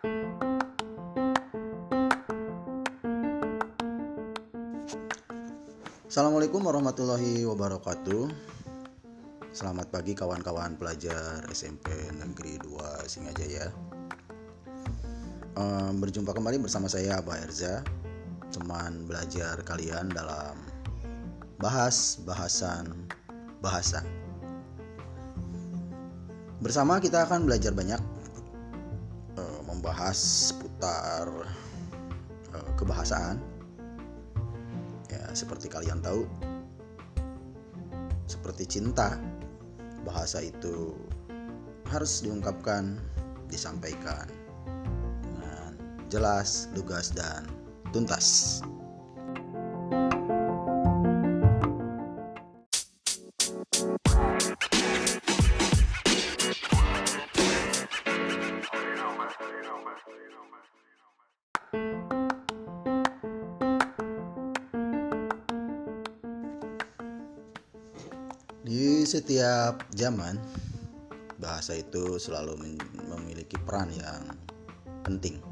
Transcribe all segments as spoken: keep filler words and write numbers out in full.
Assalamualaikum warahmatullahi wabarakatuh. Selamat pagi kawan-kawan pelajar S M P Negeri dua Singajaya. ehm, Berjumpa kembali bersama saya Abah Erza, teman belajar kalian dalam bahas bahasan bahasa. Bersama kita akan belajar banyak uh, membahas seputar uh, kebahasaan. Ya, seperti kalian tahu, seperti cinta, bahasa itu harus diungkapkan, disampaikan dengan jelas, lugas, dan tuntas. Di setiap zaman, bahasa itu selalu memiliki peran yang penting.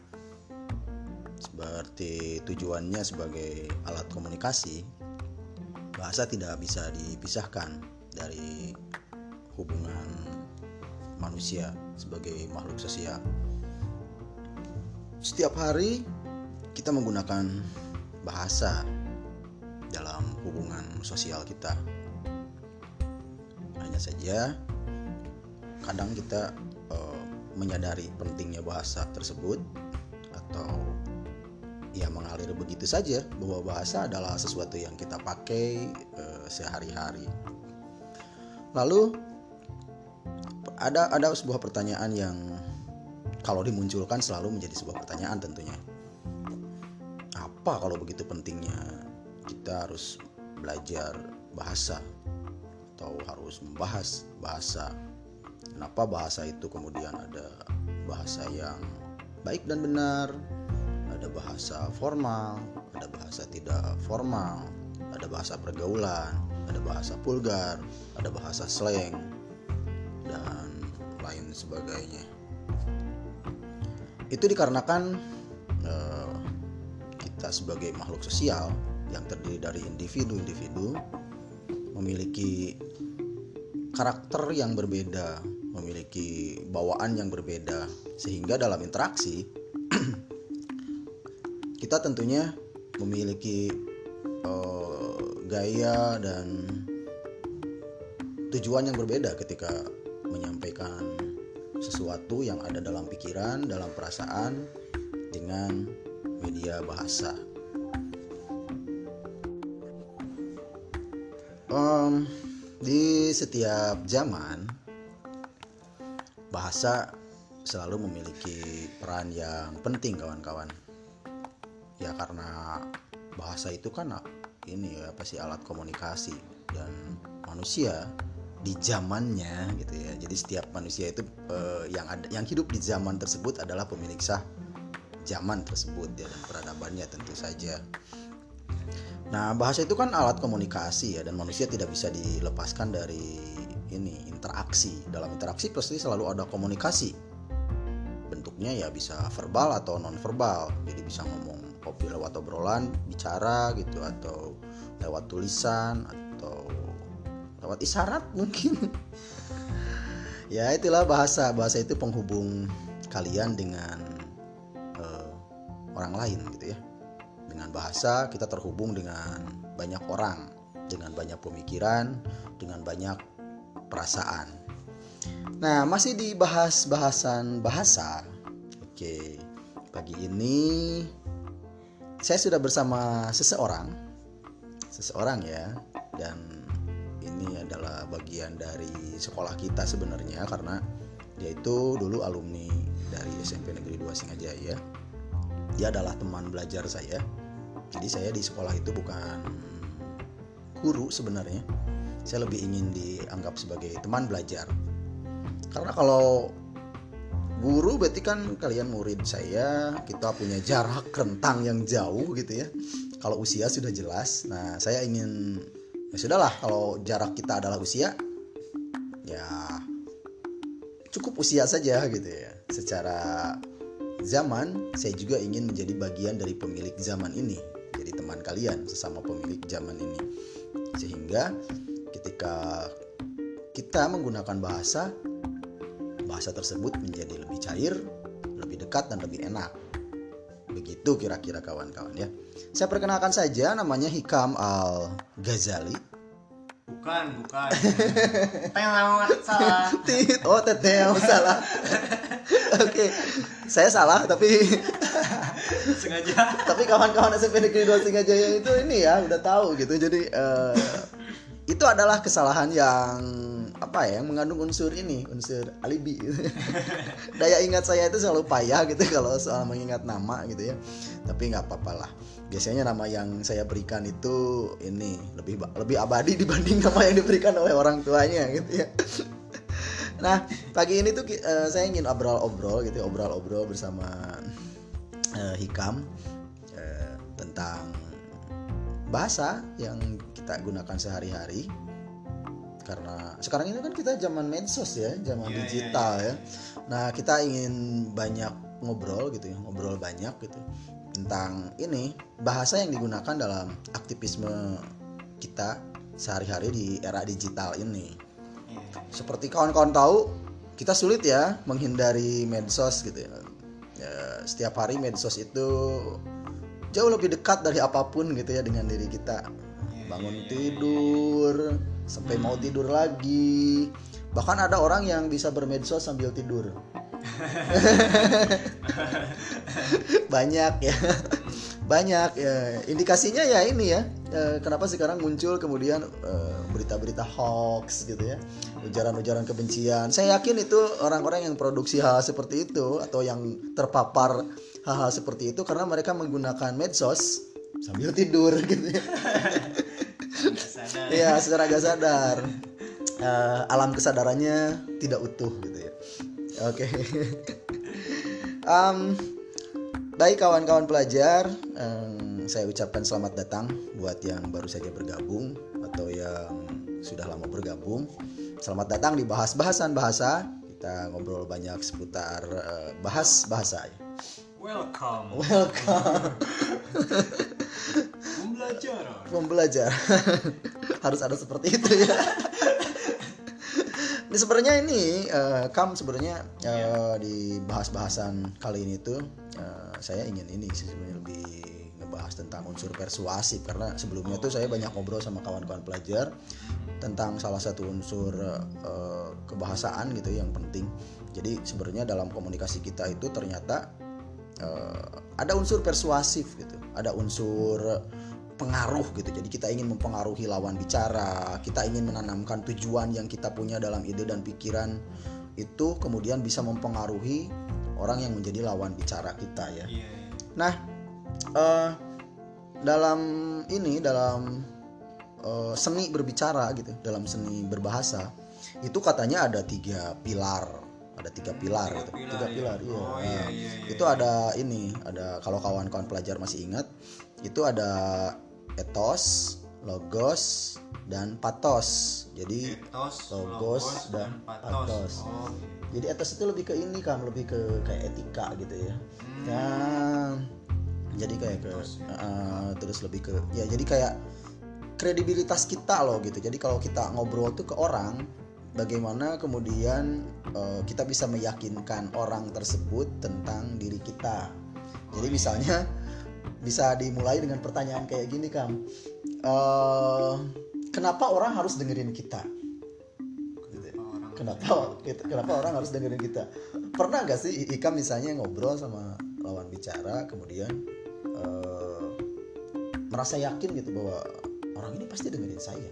Seperti tujuannya sebagai alat komunikasi, bahasa tidak bisa dipisahkan dari hubungan manusia sebagai makhluk sosial. Setiap hari kita menggunakan bahasa dalam hubungan sosial kita. Hanya saja kadang kita uh, menyadari pentingnya bahasa tersebut, atau ya mengalir begitu saja bahwa bahasa adalah sesuatu yang kita pakai uh, sehari-hari. Lalu ada ada sebuah pertanyaan yang kalau dimunculkan selalu menjadi sebuah pertanyaan tentunya. Apa kalau begitu pentingnya kita harus belajar bahasa atau harus membahas bahasa? Kenapa bahasa itu kemudian ada bahasa yang baik dan benar, ada bahasa formal, ada bahasa tidak formal, ada bahasa pergaulan, ada bahasa vulgar, ada bahasa slang, dan lain sebagainya. Itu dikarenakan eh, kita sebagai makhluk sosial yang terdiri dari individu-individu memiliki karakter yang berbeda, memiliki bawaan yang berbeda, sehingga dalam interaksi kita tentunya memiliki uh, gaya dan tujuan yang berbeda ketika menyampaikan sesuatu yang ada dalam pikiran, dalam perasaan dengan media bahasa. Um, Di setiap zaman, bahasa selalu memiliki peran yang penting, kawan-kawan. Ya karena bahasa itu kan ini ya pasti alat komunikasi, dan manusia di zamannya gitu ya. Jadi setiap manusia itu eh, yang ada yang hidup di zaman tersebut adalah pemilik sah zaman tersebut ya, dan peradabannya tentu saja. Nah, bahasa itu kan alat komunikasi ya, dan manusia tidak bisa dilepaskan dari ini interaksi. Dalam interaksi pasti selalu ada komunikasi. Bentuknya ya bisa verbal atau non verbal. Jadi bisa ngomong kopi lewat obrolan, bicara gitu, atau lewat tulisan, atau lewat isyarat mungkin. Ya itulah bahasa. Bahasa itu penghubung kalian dengan uh, orang lain gitu ya. Dengan bahasa kita terhubung dengan banyak orang, dengan banyak pemikiran, dengan banyak perasaan. Nah, masih dibahas bahasan bahasa. Oke, pagi ini saya sudah bersama seseorang, seseorang ya, dan ini adalah bagian dari sekolah kita sebenarnya, karena dia itu dulu alumni dari S M P Negeri dua Singajaya. Dia adalah teman belajar saya. Jadi saya di sekolah itu bukan guru sebenarnya. Saya lebih ingin dianggap sebagai teman belajar. Karena kalau guru berarti kan kalian murid saya, kita punya jarak rentang yang jauh gitu ya. Kalau usia sudah jelas. Nah, saya ingin ya sudahlah, kalau jarak kita adalah usia, ya cukup usia saja gitu ya. Secara zaman, saya juga ingin menjadi bagian dari pemilik zaman ini, jadi teman kalian sesama pemilik zaman ini. Sehingga ketika kita menggunakan bahasa, bahasa tersebut menjadi lebih cair, lebih dekat dan lebih enak. Begitu kira-kira kawan-kawan ya. Saya perkenalkan saja, namanya Hikam Al-Ghazali. Bukan, bukan. Telau salah. Oh, teteh salah. Oke, saya salah tapi sengaja. Tapi kawan-kawan S M P Negeri dua Singajaya itu ini ya udah tahu gitu. Jadi uh, itu adalah kesalahan yang apa ya, yang mengandung unsur ini, unsur alibi. Daya ingat saya itu selalu payah gitu kalau soal mengingat nama gitu ya. Tapi nggak apa-apa lah. Biasanya nama yang saya berikan itu ini lebih lebih abadi dibanding nama yang diberikan oleh orang tuanya gitu ya. Nah, pagi ini tuh uh, saya ingin obrol-obrol gitu, obrol-obrol bersama uh, Hikam uh, tentang bahasa yang kita gunakan sehari-hari. Karena sekarang ini kan kita zaman medsos ya, zaman yeah, digital yeah, yeah. ya. Nah, kita ingin banyak ngobrol gitu ya, ngobrol banyak gitu tentang ini bahasa yang digunakan dalam aktivisme kita sehari-hari di era digital ini. Seperti kawan-kawan tahu, kita sulit ya menghindari medsos gitu ya. Ya, setiap hari medsos itu jauh lebih dekat dari apapun gitu ya dengan diri kita. Bangun tidur sampai mau tidur lagi. Bahkan ada orang yang bisa bermedsos sambil tidur. Banyak ya. Banyak ya. Indikasinya ya ini ya. E, kenapa sekarang muncul kemudian e, berita-berita hoax gitu ya. Ujaran-ujaran kebencian. Saya yakin itu orang-orang yang produksi hal seperti itu atau yang terpapar hal-hal seperti itu karena mereka menggunakan medsos sambil tidur gitu ya. Iya, secara gak sadar. Uh, alam kesadarannya tidak utuh gitu ya. Oke. Okay. um, baik kawan-kawan pelajar, um, saya ucapkan selamat datang buat yang baru saja bergabung atau yang sudah lama bergabung. Selamat datang di Bahas Bahasan Bahasa. Kita ngobrol banyak seputar uh, bahas bahasa. Welcome. Welcome. Pembelajar. Pembelajar. Harus ada seperti itu ya. Ini sebenarnya ini uh, Kam sebenarnya uh, di bahas-bahasan kali ini tuh uh, saya ingin ini sih sebenarnya lebih ngebahas tentang unsur persuasif karena sebelumnya tuh saya banyak ngobrol sama kawan-kawan pelajar tentang salah satu unsur uh, kebahasaan gitu yang penting. Jadi sebenarnya dalam komunikasi kita itu ternyata uh, ada unsur persuasif gitu, ada unsur pengaruh gitu. Jadi kita ingin mempengaruhi lawan bicara, kita ingin menanamkan tujuan yang kita punya dalam ide dan pikiran itu kemudian bisa mempengaruhi orang yang menjadi lawan bicara kita ya. Nah, uh, dalam ini dalam uh, seni berbicara gitu, dalam seni berbahasa itu katanya ada tiga pilar, ada tiga pilar tiga gitu, pilar, tiga ya. pilar iya. Oh, nah, iya, iya, iya. Itu ada ini, ada kalau kawan-kawan pelajar masih ingat, itu ada etos, logos, dan patos. Jadi etos, logos, logos dan, dan patos. patos. Oh. Jadi etos itu lebih ke ini kan, lebih ke kayak etika gitu ya. Hmm. Nah, jadi kayak ke uh, terus lebih ke ya jadi kayak kredibilitas kita loh gitu. Jadi kalau kita ngobrol tuh ke orang, bagaimana kemudian uh, kita bisa meyakinkan orang tersebut tentang diri kita. Jadi misalnya bisa dimulai dengan pertanyaan kayak gini Kam, uh, kenapa orang harus dengerin kita? Gitu. Kenapa kenapa orang harus dengerin kita? Pernah gak sih Ikam misalnya ngobrol sama lawan bicara kemudian uh, merasa yakin gitu bahwa orang ini pasti dengerin saya?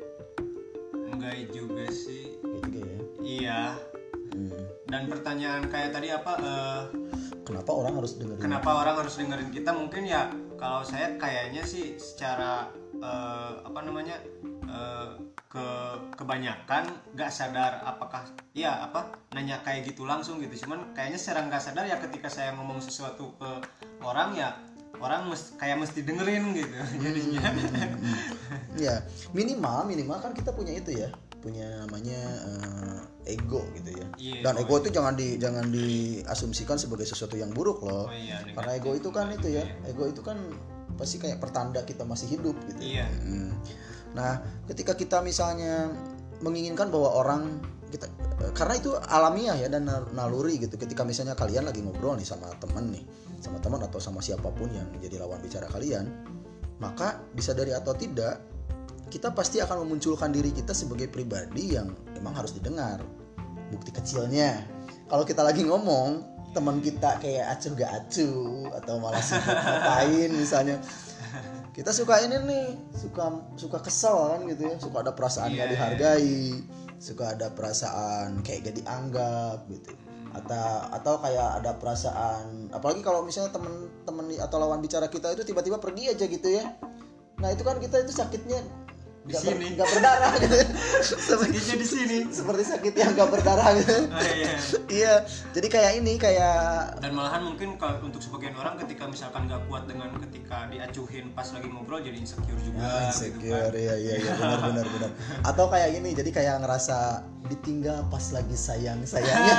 Enggak juga sih. Kayak juga ya. Iya. Hmm. Dan pertanyaan kayak tadi apa? Uh, kenapa orang harus dengerin? Kenapa orang harus dengerin kita? Mungkin ya kalau saya kayaknya sih secara uh, apa namanya uh, ke kebanyakan nggak sadar apakah ya apa nanya kayak gitu langsung gitu. Cuman kayaknya secara nggak sadar ya ketika saya ngomong sesuatu ke orang ya orang mesti, kayak mesti dengerin gitu jadinya. Ya minimal minimal kan kita punya itu ya, punya namanya uh, ego gitu ya. Iya, Dan oh, ego iya. itu jangan di jangan diasumsikan sebagai sesuatu yang buruk loh. Oh, iya, negatif. Karena ego itu kan itu ya, ego itu kan pasti kayak pertanda kita masih hidup gitu. Iya. Hmm. Nah, ketika kita misalnya menginginkan bahwa orang kita, karena itu alamiah ya dan naluri gitu. Ketika misalnya kalian lagi ngobrol nih sama teman nih, sama teman atau sama siapapun yang jadi lawan bicara kalian, maka disadari atau tidak, kita pasti akan memunculkan diri kita sebagai pribadi yang emang harus didengar. Bukti kecilnya, kalau kita lagi ngomong, teman kita kayak acuh gak acuh atau malah sibuk ngapain misalnya, kita suka ini nih, suka suka kesel kan gitu ya, suka ada perasaan yeah, gak dihargai, suka ada perasaan kayak gak dianggap gitu, atau atau kayak ada perasaan, apalagi kalau misalnya teman-teman atau lawan bicara kita itu tiba-tiba pergi aja gitu ya, nah itu kan kita itu sakitnya di nggak ber, sini nggak berdarah gitu, sakitnya di sini seperti sakit yang nggak berdarah gitu. oh, iya. Iya, jadi kayak ini kayak dan malahan mungkin kalau untuk sebagian orang ketika misalkan nggak kuat dengan ketika diacuhin pas lagi ngobrol jadi insecure juga. ah, insecure, gitu kan. iya iya iya benar benar benar. Atau kayak ini, jadi kayak ngerasa ditinggal pas lagi sayang sayangnya.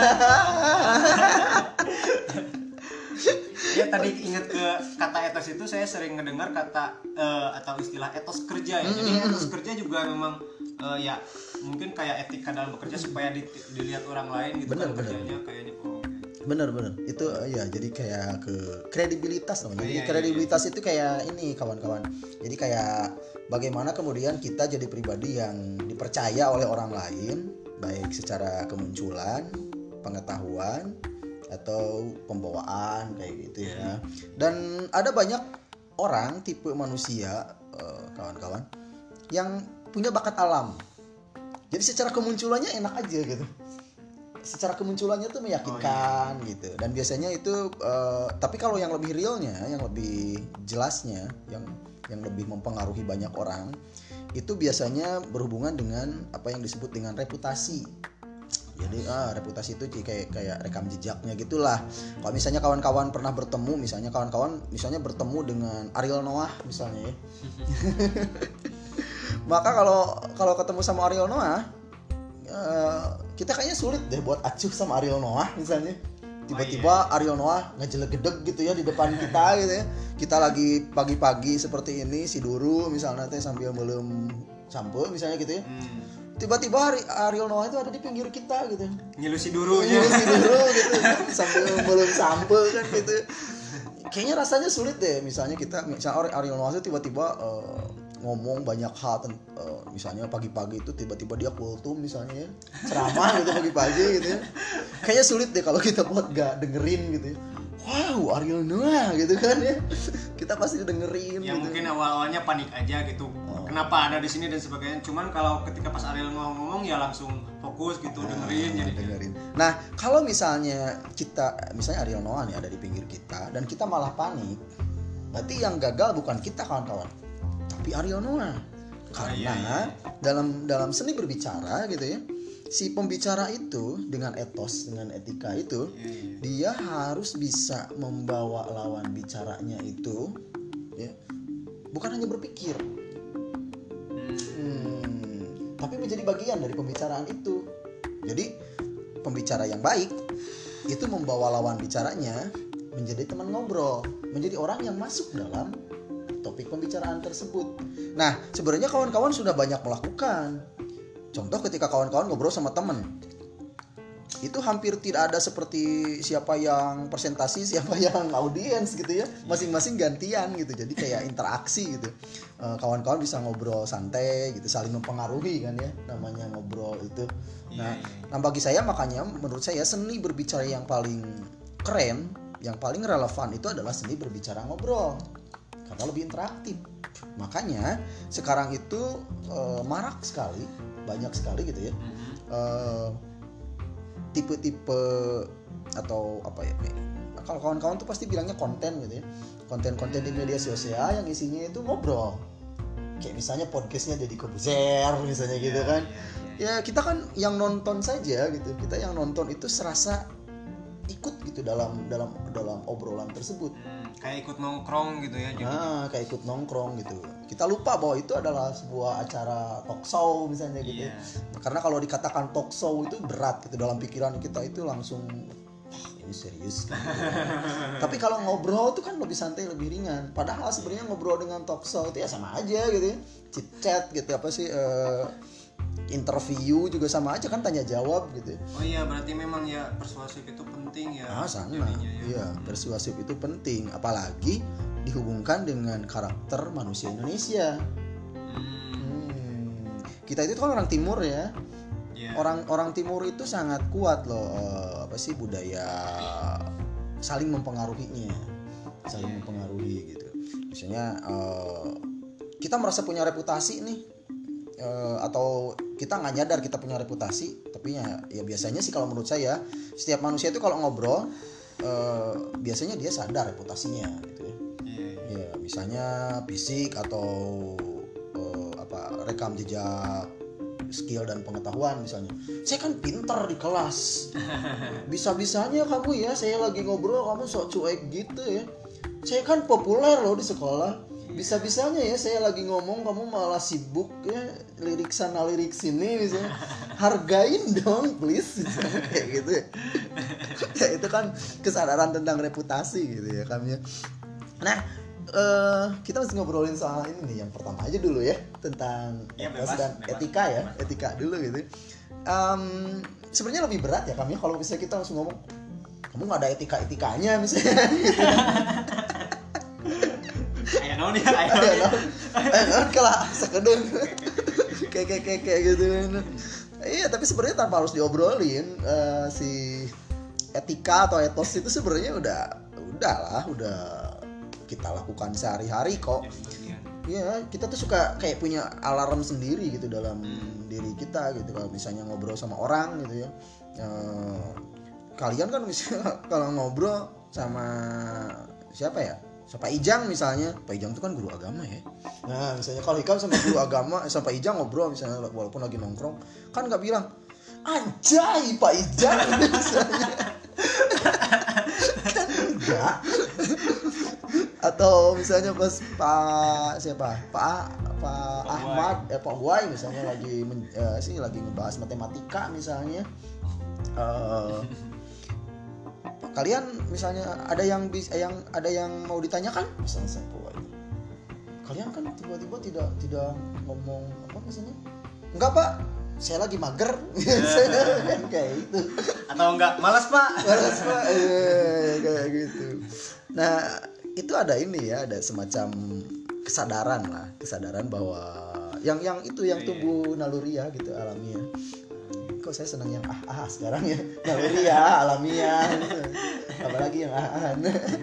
Ya tadi ingat ke kata etos itu, saya sering ngedengar kata uh, atau istilah etos kerja ya. Jadi etos kerja juga memang uh, ya mungkin kayak etika dalam bekerja supaya di, dilihat orang lain gitu. Bener, kan bener. kerjanya kayaknya oh. Bener bener itu ya, jadi kayak ke kredibilitas namanya. Oh, Jadi iya, iya, kredibilitas itu kayak ini kawan-kawan. Jadi kayak bagaimana kemudian kita jadi pribadi yang dipercaya oleh orang lain, baik secara kemunculan, pengetahuan, atau pembawaan kayak gitu ya. Dan ada banyak orang tipe manusia eh, kawan-kawan yang punya bakat alam. Jadi secara kemunculannya enak aja gitu. Secara kemunculannya tuh meyakinkan oh, iya. gitu. Dan biasanya itu eh, tapi kalau yang lebih realnya, yang lebih jelasnya, yang yang lebih mempengaruhi banyak orang, itu biasanya berhubungan dengan apa yang disebut dengan reputasi. Jadi ah, reputasi itu kayak kayak rekam jejaknya gitulah. Kalau misalnya kawan-kawan pernah bertemu, misalnya kawan-kawan misalnya bertemu dengan Ariel Noah misalnya ya. Maka kalau kalau ketemu sama Ariel Noah, uh, kita kayaknya sulit deh buat acuh sama Ariel Noah misalnya. Tiba-tiba Ariel Noah ngejeleg-gedeg gitu ya di depan kita gitu ya. Kita lagi pagi-pagi seperti ini, si Duru misalnya teh sambil belum sampo misalnya gitu ya. Hmm. Tiba-tiba Ariel Noah itu ada di pinggir kita gitu, ngilusi duru ngilusi duru gitu sambil belum sampo kan gitu. Kayaknya rasanya sulit deh misalnya kita misalnya Ariel Noah itu tiba-tiba uh, ngomong banyak hal uh, misalnya pagi-pagi itu tiba-tiba dia kultum misalnya ya, ceramah gitu pagi-pagi gitu ya. Kayaknya sulit deh kalau kita buat gak dengerin gitu ya. Wow, Ariel Noah gitu kan ya. Kita pasti dengerin ya gitu. Mungkin awal-awalnya panik aja gitu. Oh. Kenapa ada di sini dan sebagainya. Cuman kalau ketika pas Ariel ngomong ya langsung fokus gitu, nah, dengerin jadi dengerin. Nah, kalau misalnya kita misalnya Ariel Noah nih ada di pinggir kita dan kita malah panik, berarti yang gagal bukan kita kawan-kawan, tapi Ariel Noah. Karena oh, iya, iya. dalam dalam seni berbicara gitu ya, si pembicara itu dengan etos, dengan etika itu, yeah, yeah. dia harus bisa membawa lawan bicaranya itu, ya, bukan hanya berpikir, hmm, tapi menjadi bagian dari pembicaraan itu. Jadi pembicara yang baik itu membawa lawan bicaranya menjadi teman ngobrol, menjadi orang yang masuk dalam topik pembicaraan tersebut. Nah, sebenarnya kawan-kawan sudah banyak melakukan. Contoh ketika kawan-kawan ngobrol sama temen, itu hampir tidak ada seperti siapa yang presentasi, siapa yang audiens gitu ya. Masing-masing gantian gitu. Jadi kayak interaksi gitu. E, kawan-kawan bisa ngobrol santai gitu, saling mempengaruhi kan ya. Namanya ngobrol itu. Nah, nah bagi saya makanya menurut saya seni berbicara yang paling keren, yang paling relevan itu adalah seni berbicara ngobrol. Karena lebih interaktif. Makanya sekarang itu e, marak sekali, banyak sekali gitu ya, uh, tipe-tipe atau apa ya, kalau kawan-kawan tuh pasti bilangnya konten gitu ya, konten-konten di media sosial yang isinya itu ngobrol, kayak misalnya podcastnya Deddy Corbuzier misalnya gitu kan, ya kita kan yang nonton saja gitu, kita yang nonton itu serasa ikut gitu dalam dalam dalam obrolan tersebut. Hmm, kayak ikut nongkrong gitu ya. Jadi Nah, kayak ikut nongkrong gitu. Kita lupa bahwa itu adalah sebuah acara talk show misalnya gitu. Iya. Karena kalau dikatakan talk show itu berat gitu, dalam pikiran kita itu langsung wah, ini serius gitu. Tapi kalau ngobrol tuh kan lebih santai, lebih ringan. Padahal sebenarnya ngobrol dengan talk show itu ya sama aja gitu ya. Chit chat gitu, apa sih eh, interview juga sama aja kan, tanya jawab gitu. Oh iya, berarti memang ya persuasif itu penting ya. Ah, sana. jadinya ya. Iya, persuasif itu penting, apalagi dihubungkan dengan karakter manusia Indonesia. Hmm, Hmm. Kita itu kan orang timur ya. iya. Orang-orang timur itu sangat kuat loh, eh, apa sih, budaya saling mempengaruhinya. Saling mempengaruhi gitu. Misalnya eh, kita merasa punya reputasi nih. eh, atau kita nggak nyadar kita punya reputasi, tapi ya, ya biasanya sih kalau menurut saya setiap manusia itu kalau ngobrol eh, biasanya dia sadar reputasinya gitu ya. Iya, iya. Ya misalnya fisik atau eh, apa rekam jejak skill dan pengetahuan misalnya. Saya kan pintar di kelas. Bisa-bisanya kamu ya, saya lagi ngobrol kamu sok cuek gitu ya. Saya kan populer loh di sekolah. Bisa-bisanya ya saya lagi ngomong kamu malah sibuk ya, lirik sana lirik sini misalnya. Hargain dong please misalnya, kayak gitu ya. Ya itu kan kesadaran tentang reputasi gitu ya kami. Nah, eh, kita masih ngobrolin soal ini nih, yang pertama aja dulu ya, tentang Ya, etos bebas, dan bebas, etika ya, bebas. etika dulu gitu. Em, sebenarnya lebih berat ya kami kalau misalnya kita langsung ngomong kamu nggak ada etika-etikanya misalnya gitu. Ayo naon ya, ayo naon Ayo ya. dong, ayo dong kalah sekedeng kayak kayak kayak kayak gitu. Iya, tapi sebenarnya tanpa harus diobrolin eh, si etika atau etos itu sebenarnya udah udah lah, udah kita lakukan sehari-hari kok. Iya, kita tuh suka kayak punya alarm sendiri gitu dalam diri kita gitu. Kalau misalnya ngobrol sama orang gitu ya, eh, kalian kan misalnya kalau ngobrol sama siapa ya, sama Pak Ijang misalnya, Pak Ijang itu kan guru agama ya. Nah misalnya kalau Hikam sama guru agama, sama Pak Ijang ngobrol misalnya walaupun lagi nongkrong, kan nggak bilang anjay Pak Ijang misalnya. Kan enggak. Atau misalnya pas Pak siapa, Pak Pak Ahmad, eh, Pak Guai misalnya lagi men, eh, sih lagi ngebahas matematika misalnya. Eh, kalian misalnya ada yang bis, yang ada yang mau ditanyakan misalnya sama Pak Guai. Kalian kan tiba-tiba tidak tidak ngomong apa misalnya? Enggak Pak, saya lagi mager. Kan kayak itu. Atau enggak, malas Pak. Malas Pak. Eh, kayak gitu. Nah, itu ada ini ya, ada semacam kesadaran lah, kesadaran bahwa yang yang itu yang tumbuh naluriah gitu, alamiah. Kok saya senang yang ah ah sekarang ya, naluriah, alamiah gitu. Apalagi yang ah ah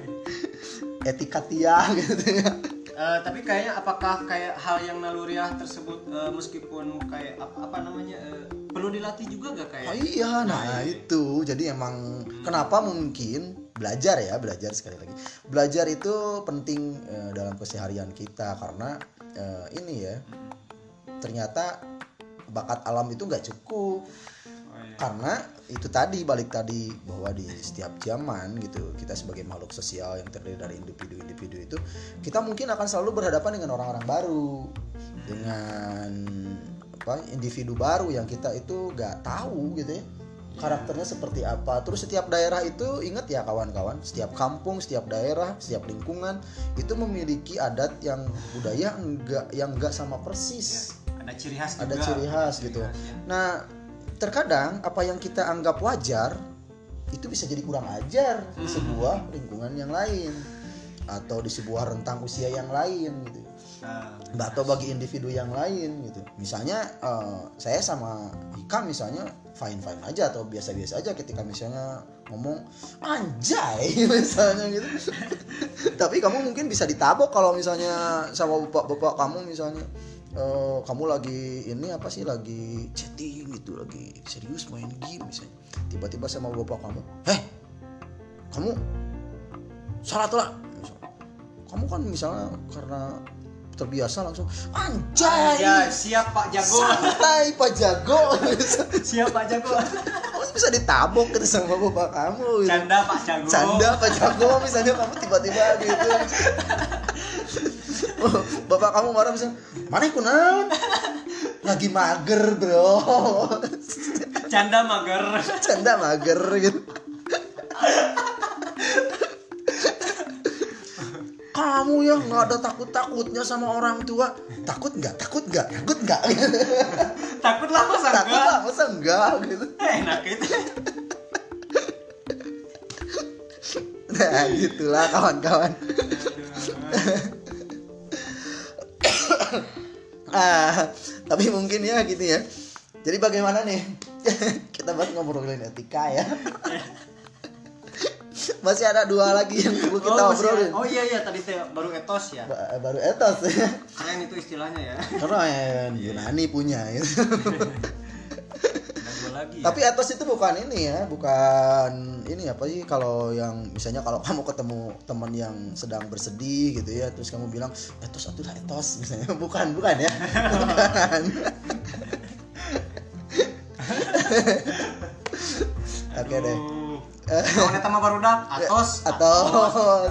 etikatia gitu ya. Eh, tapi kayaknya apakah kayak hal yang naluriah tersebut eh, meskipun kayak apa, apa namanya eh, perlu dilatih juga gak kayak? Oh iya, nah itu jadi emang kenapa mungkin belajar ya, belajar sekali lagi. Belajar itu penting eh, dalam keseharian kita karena eh, ini ya, ternyata bakat alam itu nggak cukup. Oh, iya. Karena itu tadi, balik tadi bahwa di setiap zaman gitu kita sebagai makhluk sosial yang terdiri dari individu-individu itu, kita mungkin akan selalu berhadapan dengan orang-orang baru, dengan apa individu baru yang kita itu nggak tahu gitu ya karakternya seperti apa. Terus setiap daerah itu, ingat ya kawan-kawan, setiap kampung, setiap daerah, setiap lingkungan itu memiliki adat yang budaya enggak yang enggak sama persis. Ya, ada ciri khas juga. Ada ciri khas Ciri gitu. khas, ya. Nah, terkadang apa yang kita anggap wajar itu bisa jadi kurang ajar di sebuah lingkungan yang lain atau di sebuah rentang usia yang lain gitu. Nah, Atau bagi individu yang lain gitu. Misalnya uh, saya sama Hikam misalnya fine-fine aja atau biasa-biasa aja ketika misalnya ngomong anjay misalnya gitu. Tapi kamu mungkin bisa ditabok kalau misalnya sama bapak-bapak kamu misalnya uh, kamu lagi ini apa sih lagi chatting gitu, lagi serius main game misalnya. Tiba-tiba sama bapak kamu, "Heh, kamu salah tuh lah." Kamu kan misalnya karena terbiasa langsung anjay, ya siap Pak Jago, santai Pak Jago. siap Pak Jago. Kamu bisa ditabok gitu sama bapak kamu gitu. Canda Pak Jago, Canda Pak Jago, misalnya kamu tiba-tiba gitu. Oh, bapak kamu marah misalnya, mana aku naon? Lagi mager bro. Canda mager. Canda mager gitu. Kamu yang nggak ada takut-takutnya sama orang tua. Takut nggak? Takut nggak? Takut nggak? Takut lah masa enggak? Takut lah masa enggak gitu. Enak itu. Nah gitulah kawan-kawan. Ah, tapi mungkin ya gitu ya. Jadi bagaimana nih? Kita bahas ngobrolin etika ya. Masih ada dua lagi yang perlu kita oh, obrolin. Oh iya iya tadi teh baru etos ya. Ba- baru etos ya. Keren itu istilahnya ya. Keren, Yunani punya gitu. Lagi, ya? Tapi etos itu bukan ini ya, bukan ini apa sih kalau yang misalnya kalau kamu ketemu teman yang sedang bersedih gitu ya, terus kamu bilang etos atulah etos misalnya, bukan bukan ya, bukan. Oke deh. Kawan eta mah barudak atos atos.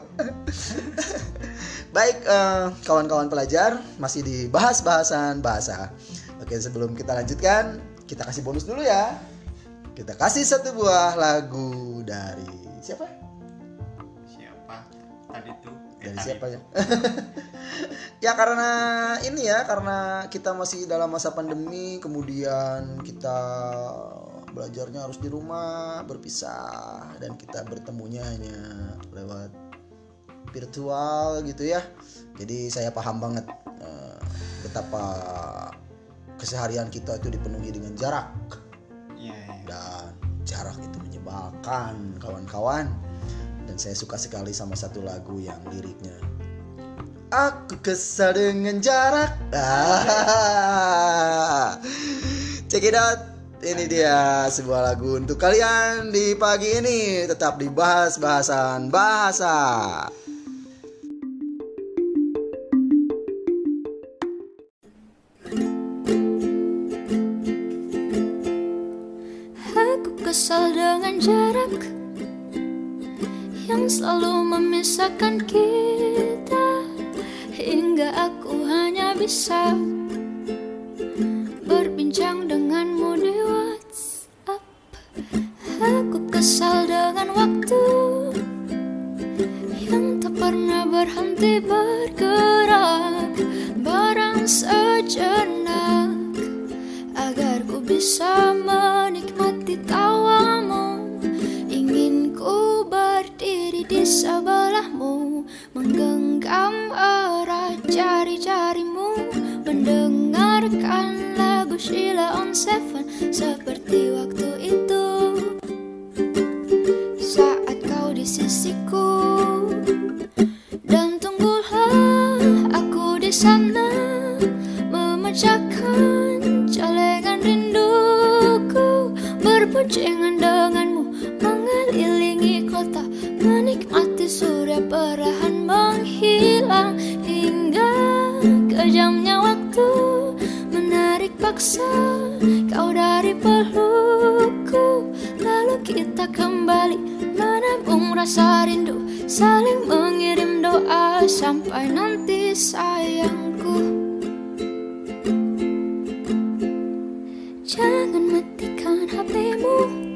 Baik, uh, kawan-kawan pelajar, masih di bahas bahasan bahasa. Oke, sebelum kita lanjutkan, kita kasih bonus dulu ya. Kita kasih satu buah lagu dari siapa? Siapa? Tadi tuh. Dari tadi siapa ya? Ya karena ini ya, karena kita masih dalam masa pandemi, kemudian kita belajarnya harus di rumah, berpisah, dan kita bertemunya hanya lewat virtual gitu ya. Jadi saya paham banget uh, betapa keseharian kita itu dipenuhi dengan jarak. Iya, iya. Dan jarak itu menyebalkan kawan-kawan. Dan saya suka sekali sama satu lagu yang liriknya, aku kesal dengan jarak. Ah. Check it out. Ini dia sebuah lagu untuk kalian di pagi ini. Tetap dibahas bahasan bahasa. Aku kesal dengan jarak yang selalu memisahkan kita, hingga aku hanya bisa berbincang denganmu di WhatsApp. Aku kesal dengan waktu yang tak pernah berhenti bergerak, barang sejenak agar ku bisa menikmati tawamu. Ingin ku berdiri di sebelahmu, menggenggam erat jari-jarimu, mendengarkan lagu Sheila on Seven seperti waktu itu, saat kau di sisiku. Dan tunggulah aku di sana, memecahkan celengan rinduku, berboncengan denganmu, mengelilingi kota, menikmati surya perlahan menghilang, hingga kejamnya waktu menarik paksa kau dari pelukku. Lalu kita kembali menabung rasa rindu, saling mengirim doa sampai nanti sayangku. Jangan matikan H P-mu,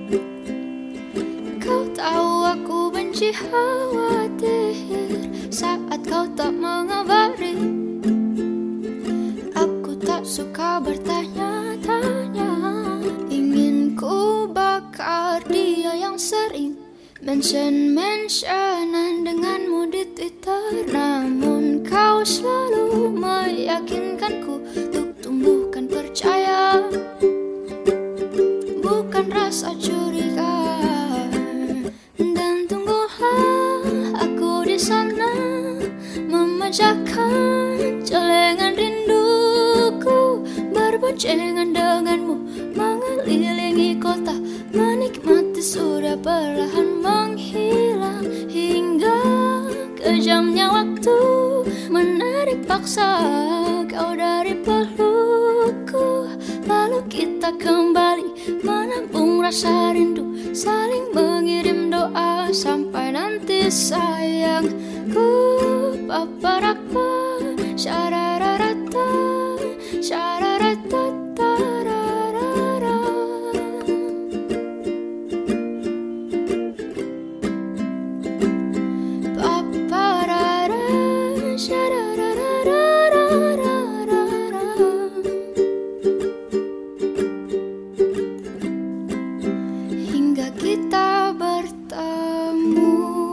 kau tahu aku benci khawatir saat kau tak mengabari. Aku tak suka bertanya-tanya, ingin ku bakar dia yang sering mention-mentionan denganmu di Twitter. Namun kau selalu meyakinkanku untuk tumbuhkan percaya, bukan rasa curiga. Dan tunggulah aku di sana, memecahkan celengan rinduku, berboncengan denganmu, mengelilingi kota, menikmati surya perlahan menghilang, hingga kejamnya waktu menarik paksa paksa kau dari pelukku, lalu kita kembali menabung rasa rindu, saling mengirim doa sampai nanti sayangku. Paparapa, syarararata, syararatatararara. Paparara, syarararararara. Hingga kita bertemu.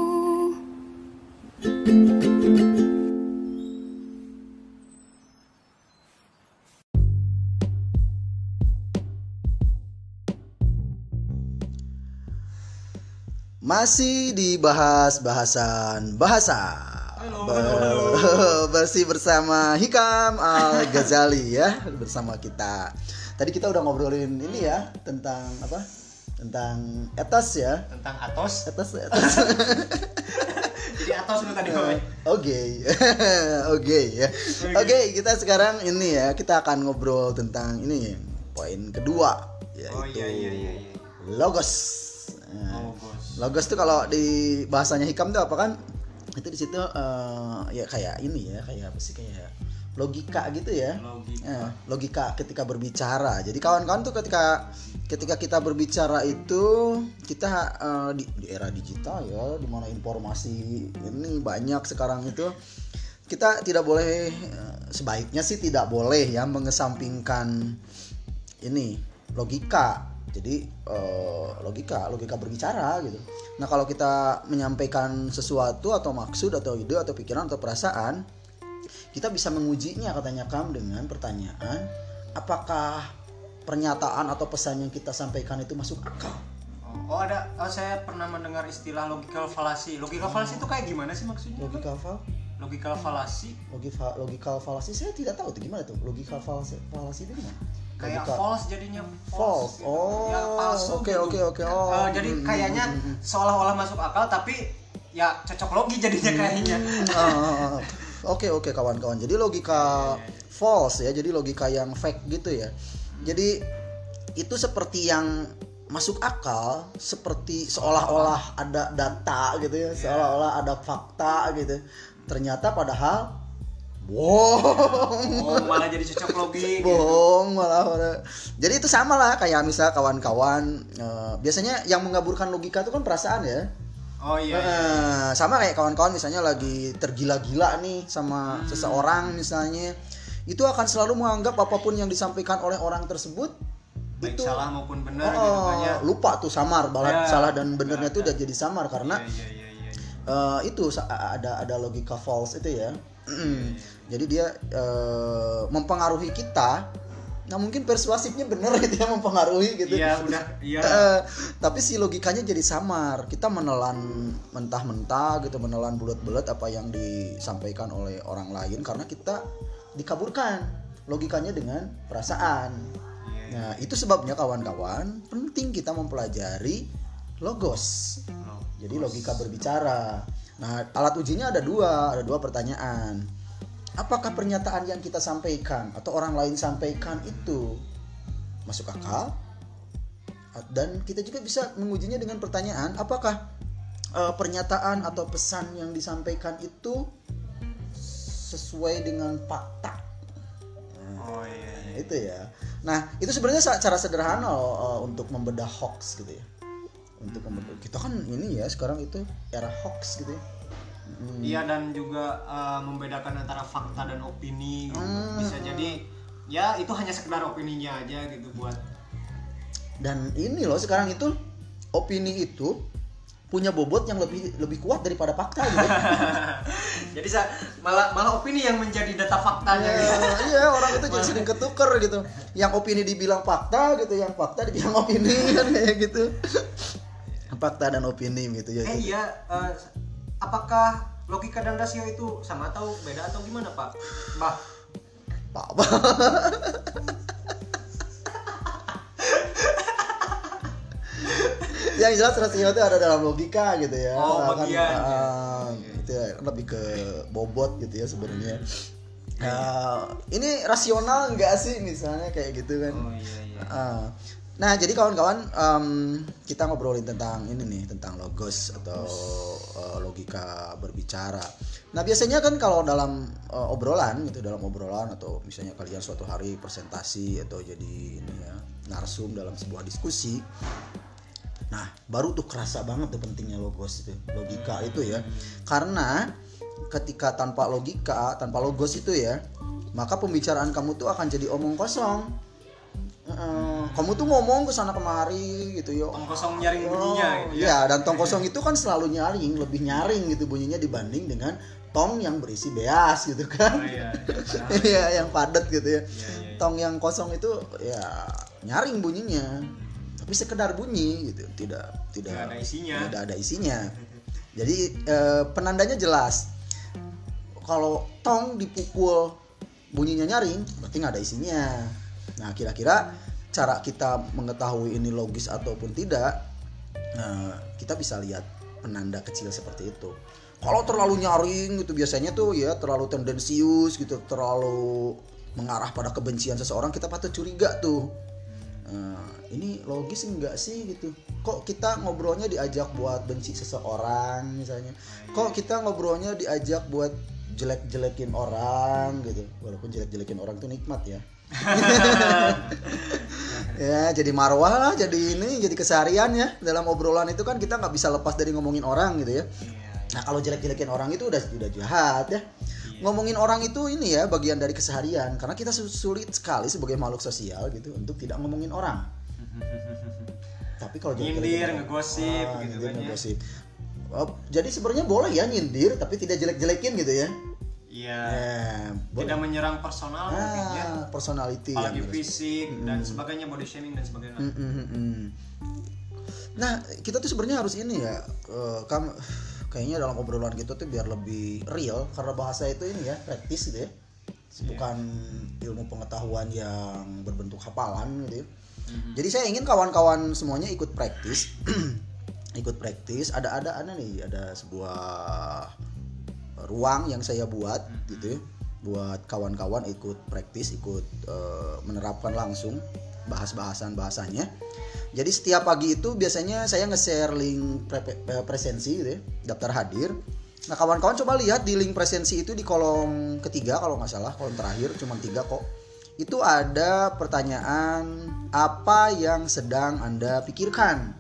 Masih dibahas bahasan bahasa. Halo, Ber- halo, halo. Bersih bersama Hikam Al Ghazali ya, bersama kita. Tadi kita udah ngobrolin ini ya tentang apa? Tentang etos ya. Tentang atos. Etos, etos. Jadi atos lu tadi Boy. Oke, oke ya. Oke, kita sekarang ini ya, kita akan ngobrol tentang ini poin kedua, yaitu Oh iya iya iya iya. logos. Nah, Oh, bos. logos tuh kalau di bahasanya Hikam tuh apa kan? Itu di situ eh, ya kayak ini ya, kayak apa sih, kayak logika gitu ya. Logika. Eh, logika ketika berbicara. Jadi kawan-kawan tuh ketika ketika kita berbicara itu kita eh, di, di era digital ya, di mana informasi ini banyak sekarang itu, kita tidak boleh eh, sebaiknya sih tidak boleh ya mengesampingkan ini logika. Jadi eh, logika, logika berbicara gitu. Nah kalau kita menyampaikan sesuatu atau maksud atau ide atau pikiran atau perasaan, kita bisa mengujinya katanya Kam dengan pertanyaan, apakah pernyataan atau pesan yang kita sampaikan itu masuk akal? Oh, oh ada, oh, saya pernah mendengar istilah logical fallacy. Logical fallacy itu kayak gimana sih maksudnya? Logical fal, Logical fallacy logical logical fallacy saya tidak tahu tuh gimana tuh. Logical fallacy, fallacy itu gimana? kayak Logical- false jadinya False. gitu. Oh, Ya, palsu oke, gitu. oke, oke. Oh, Eh, jadi mm, kayaknya mm, mm, mm. seolah-olah masuk akal tapi ya cocok logi jadinya kayaknya. Ah, ah, ah. Oke oke kawan-kawan. Jadi logika false ya. Jadi logika yang fake gitu ya. Jadi itu seperti yang masuk akal, seperti seolah-olah ada data gitu ya, seolah-olah ada fakta gitu. Ternyata padahal bohong. Oh, malah jadi cocok logi gitu. Bohong malah, malah. Jadi itu sama lah kayak misal kawan-kawan eh, biasanya yang mengaburkan logika itu kan perasaan ya. Oh iya. iya. Eh, sama kayak kawan-kawan misalnya lagi tergila-gila nih sama Hmm. seseorang misalnya, itu akan selalu menganggap apapun yang disampaikan oleh orang tersebut Baik itu salah maupun benar oh, gitu kan ya. lupa tuh samar, balat Ya, salah dan benernya ya, tuh ya. udah jadi samar karena Iya iya iya iya. eh, itu sa- ada ada logika false itu ya. Jadi dia eh, mempengaruhi kita. Nah mungkin persuasifnya bener gitu ya, mempengaruhi gitu. Iya udah iya. Eh, tapi si logikanya jadi samar. Kita menelan mentah-mentah gitu, menelan bulat-bulat apa yang disampaikan oleh orang lain karena kita dikaburkan logikanya dengan perasaan. Nah itu sebabnya kawan-kawan penting kita mempelajari logos. Jadi logika berbicara. Nah alat ujinya ada dua, ada dua pertanyaan. Apakah pernyataan yang kita sampaikan atau orang lain sampaikan itu masuk akal? Dan kita juga bisa mengujinya dengan pertanyaan, apakah eh, pernyataan atau pesan yang disampaikan itu sesuai dengan fakta? Oh iya. Nah, itu ya. Nah itu sebenarnya sa- cara sederhana loh, eh, untuk membedah hoax gitu ya. Untuk membedah, kita kan ini ya sekarang itu era hoax gitu ya. Hmm. Iya dan juga uh, membedakan antara fakta dan opini gitu. Hmm. Bisa jadi ya itu hanya sekedar opininya aja gitu buat. Dan ini loh sekarang itu opini itu punya bobot yang lebih lebih kuat daripada fakta gitu. Jadi sa- malah malah opini yang menjadi data faktanya gitu. Ya, iya orang itu jadi sering ketuker gitu. Yang opini dibilang fakta gitu, yang fakta dibilang opini kan kayak gitu. Fakta dan opini gitu ya. Eh iya, uh, apakah logika dan rasio itu sama atau beda atau gimana Pak? Mbah. Pak, Pak. Yang jelas rasio itu ada dalam logika gitu ya. Oh, Kan, bagian. ah, itu ya, lebih ke bobot gitu ya sebenarnya. Uh, ini rasional nggak sih misalnya kayak gitu kan? Oh iya iya. Uh, nah jadi kawan-kawan um, kita ngobrolin tentang ini nih tentang logos atau uh, logika berbicara. Nah biasanya kan kalau dalam uh, obrolan gitu dalam obrolan atau misalnya kalian suatu hari presentasi atau jadi ini ya narsum dalam sebuah diskusi. Nah baru tuh kerasa banget tuh pentingnya logos itu logika itu ya karena ketika tanpa logika, tanpa logos itu ya, maka pembicaraan kamu tuh akan jadi omong kosong. Uh, kamu tuh ngomong ke sana kemari gitu ya. Tong kosong nyaring bunyinya gitu ya. Ya, dan tong kosong itu kan selalu nyaring, lebih nyaring gitu bunyinya dibanding dengan tong yang berisi beas gitu kan. Oh, iya, iya, yang padat gitu ya. Iya, iya, iya. Tong yang kosong itu ya nyaring bunyinya. Tapi sekedar bunyi gitu, tidak tidak Tidak ada isinya. Tidak ada isinya. Jadi eh, penandanya jelas. Kalau tong dipukul bunyinya nyaring, berarti nggak ada isinya. Nah, kira-kira cara kita mengetahui ini logis ataupun tidak, nah, kita bisa lihat penanda kecil seperti itu. Kalau terlalu nyaring gitu, biasanya tuh ya terlalu tendensius gitu, terlalu mengarah pada kebencian seseorang, kita patut curiga tuh. Nah, ini logis enggak sih gitu? Kok kita ngobrolnya diajak buat benci seseorang misalnya? Kok kita ngobrolnya diajak buat jelek-jelekin orang gitu, walaupun jelek-jelekin orang itu nikmat ya. Ya jadi marwah lah, jadi ini jadi keseharian ya dalam obrolan itu kan kita nggak bisa lepas dari ngomongin orang gitu ya. Nah kalau jelek-jelekin orang itu udah udah jahat ya. Ngomongin orang itu ini ya bagian dari keseharian karena kita sulit sekali sebagai makhluk sosial gitu untuk tidak ngomongin orang. Tapi kalau nyindir, ngegosip ah, gitu nyindir, kan ngegosip. Ya. Oh, jadi sebenarnya boleh ya nyindir tapi tidak jelek-jelekin gitu ya. Iya. Yeah, tidak menyerang personal ah, mungkin ya. Personality. Apalagi fisik mm. dan sebagainya, body shaming dan sebagainya. Mm, mm, mm. Nah, kita tuh sebenarnya harus ini ya, uh, kam, kayaknya dalam obrolan kita tuh biar lebih real karena bahasa itu ini ya, praktis gitu ya. Bukan yeah. ilmu pengetahuan yang berbentuk hafalan gitu ya. Mm-hmm. Jadi saya ingin kawan-kawan semuanya ikut praktis. ikut praktis, ada ada ada nih, ada sebuah ruang yang saya buat hmm. gitu ya, buat kawan-kawan ikut praktis, ikut uh, menerapkan langsung bahas-bahasan bahasanya. Jadi setiap pagi itu biasanya saya nge-share link pre- presensi gitu ya, daftar hadir. Nah kawan-kawan coba lihat di link presensi itu di kolom ketiga kalau nggak salah, kolom terakhir cuma tiga kok. Itu ada pertanyaan apa yang sedang Anda pikirkan.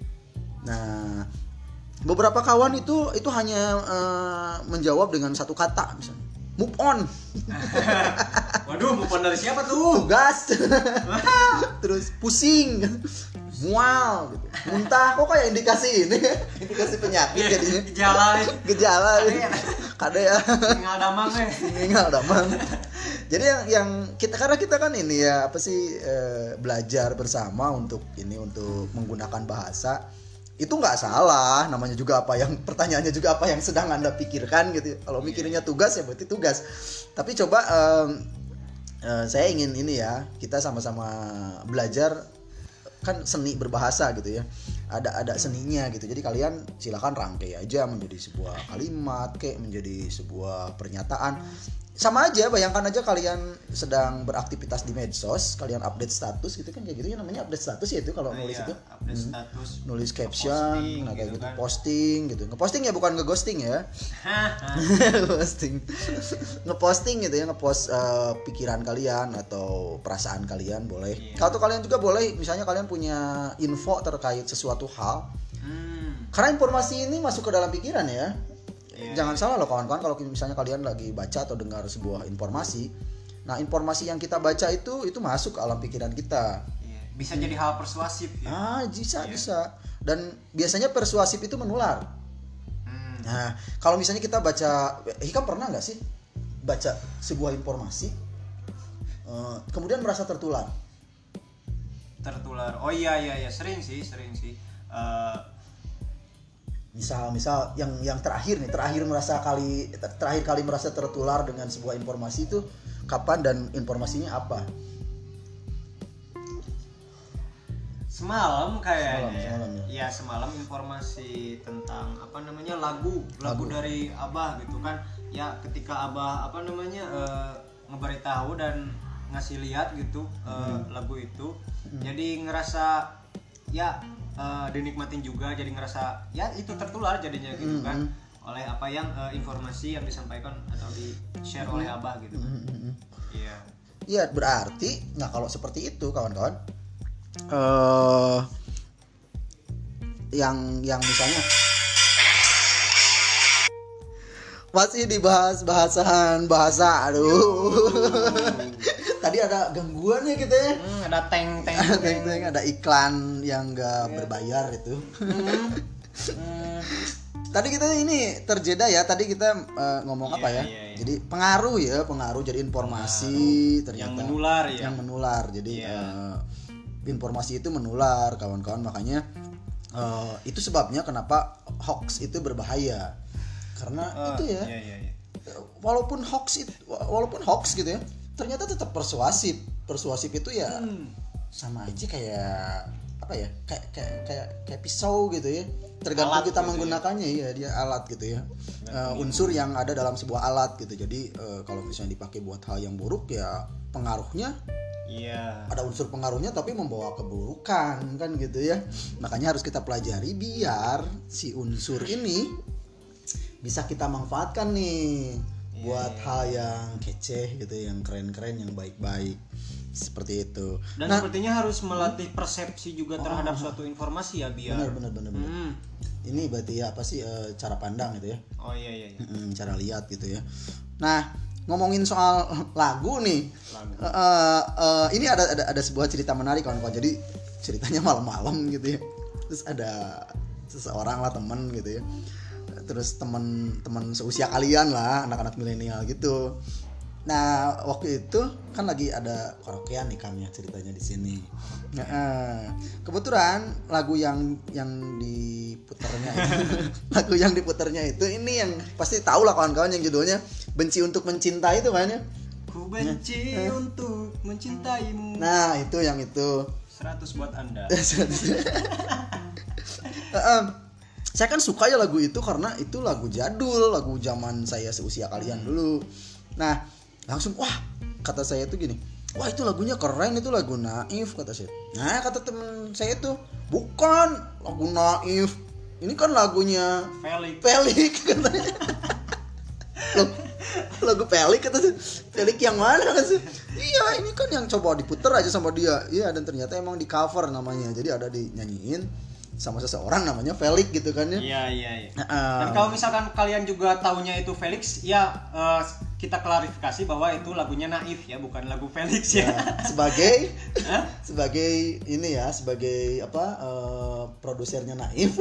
Nah beberapa kawan itu itu hanya uh, menjawab dengan satu kata misalnya move on. Waduh, move on dari siapa tuh? Tugas. Terus pusing, mual, gitu. Muntah, kok kayak indikasi ini, indikasi penyakit jadinya. Gejala. Gejala. Kade ya. Tinggal damang eh. Tinggal damang. Jadi yang yang kita karena kita kan ini ya apa sih eh, belajar bersama untuk ini untuk menggunakan bahasa. Itu nggak salah, namanya juga apa yang pertanyaannya juga apa yang sedang Anda pikirkan gitu. Kalau mikirnya tugas ya berarti tugas. Tapi coba um, uh, saya ingin ini ya, kita sama-sama belajar kan seni berbahasa gitu ya. Ada ada seninya gitu. Jadi kalian silakan rangkai aja menjadi sebuah kalimat, kayak menjadi sebuah pernyataan. Sama aja, bayangkan aja kalian sedang beraktivitas di medsos, kalian update status gitu kan, kayak gitu ya namanya update status ya itu kalau nah, nulis iya, itu update hmm. status, nulis caption, nah kayak gitu, gitu. Kan. Posting gitu, ngeposting ya bukan ngeghosting ya. Posting, ngeposting gitu ya, ngepost uh, pikiran kalian atau perasaan kalian boleh. Yeah. Kalau kalian juga boleh, misalnya kalian punya info terkait sesuatu hal, hmm. karena informasi ini masuk ke dalam pikiran ya. Yeah. Jangan salah loh kawan-kawan, kalau misalnya kalian lagi baca atau dengar sebuah informasi, nah informasi yang kita baca itu itu masuk ke alam pikiran kita. Yeah. Bisa hmm. jadi hal persuasif ya. Ah, bisa yeah. bisa. Dan biasanya persuasif itu menular. Hmm. Nah, kalau misalnya kita baca, Hikam pernah nggak sih baca sebuah informasi, uh, kemudian merasa tertular? Tertular. Oh iya iya iya, sering sih, sering sih. Uh, Misal, misal yang yang terakhir nih, terakhir merasa kali terakhir kali merasa tertular dengan sebuah informasi itu kapan dan informasinya apa? Semalam kayaknya. Semalam, semalam ya. Ya semalam informasi tentang apa namanya lagu, lagu, lagu dari Abah gitu kan. Ya ketika Abah apa namanya uh, ngeberitahu dan ngasih lihat gitu Hmm. uh, lagu itu. Jadi ngerasa ya uh, dinikmatin juga, jadi ngerasa ya itu tertular jadinya gitu Hmm. kan oleh apa yang uh, informasi yang disampaikan atau di share oleh Abah gitu. Hmm. Iya. Iya, berarti nah kalau seperti itu kawan-kawan eh yang yang misalnya masih dibahas bahasan bahasa, aduh. Tadi ada gangguan ya kita ya. Hmm, ada teng teng Ada teng-teng, ada iklan yang enggak berbayar itu. Hmm. Tadi kita ini terjeda ya, tadi kita eh, ngomong Iya, apa ya? iya, iya. Jadi pengaruh ya, pengaruh jadi informasi ternyata yang menular ya. yang menular. Jadi Iya. eh, informasi itu menular kawan-kawan, makanya eh, itu sebabnya kenapa hoax itu berbahaya. Karena Ah, itu ya. Iya iya iya. Walaupun hoax itu walaupun hoax gitu ya, ternyata tetap persuasif. Persuasif itu ya Hmm. sama aja kayak apa ya? Kayak kayak kayak kayak pisau gitu ya. Tergantung Alat kita gitu menggunakannya ya, dia alat gitu ya. Eh, unsur yang ada dalam sebuah alat gitu. Jadi eh, kalau misalnya dipakai buat hal yang buruk ya pengaruhnya Iya. ada unsur pengaruhnya tapi membawa keburukan kan gitu ya. Makanya harus kita pelajari biar si unsur ini bisa kita manfaatkan nih buat iya. hal yang kece gitu, yang keren-keren, yang baik-baik seperti itu. Dan Nah, sepertinya harus melatih persepsi juga terhadap Oh. suatu informasi ya biar. benar benar benar benar. Hmm. Ini berarti ya apa sih eh, cara pandang gitu ya. Oh iya iya. iya. Mm, cara lihat gitu ya. Nah, ngomongin soal lagu nih. Lagu. Eh, eh, ini ada, ada ada sebuah cerita menarik kawan-kawan. Jadi ceritanya malam-malam gitu ya. Terus ada seseorang lah teman gitu ya. Terus teman-teman seusia kalian lah, anak-anak milenial gitu. Nah, waktu itu kan lagi ada karaokean nih kami ceritanya di sini. Nah, eh, kebetulan lagu yang yang diputarnya lagu yang diputarnya itu ini yang pasti tahu lah kawan-kawan, yang judulnya Benci Untuk Mencintai itu kan ya. Ku benci untuk mencintaimu. Nah, itu yang itu. seratus buat Anda. Em, saya kan suka ya lagu itu karena itu lagu jadul, lagu zaman saya seusia kalian dulu. Nah, langsung wah, kata saya tuh gini, wah itu lagunya keren, itu lagu Naif kata saya. Nah, kata temen saya tuh, bukan lagu Naif, ini kan lagunya Felix. Pelik katanya. Loh, lagu Pelik kata saya. Pelik yang mana kata saya? Iya, ini kan yang coba diputer aja sama dia. Iya, dan ternyata emang di cover namanya. Jadi ada dinyanyiin sama seseorang namanya Felix gitu kan ya. Iya iya iya. Heeh. Dan kalau misalkan kalian juga taunya itu Felix, ya eh, kita klarifikasi bahwa itu lagunya Naif ya, bukan lagu Felix ya. Ya, sebagai Hah? sebagai ini ya, sebagai apa eh, produsernya Naif.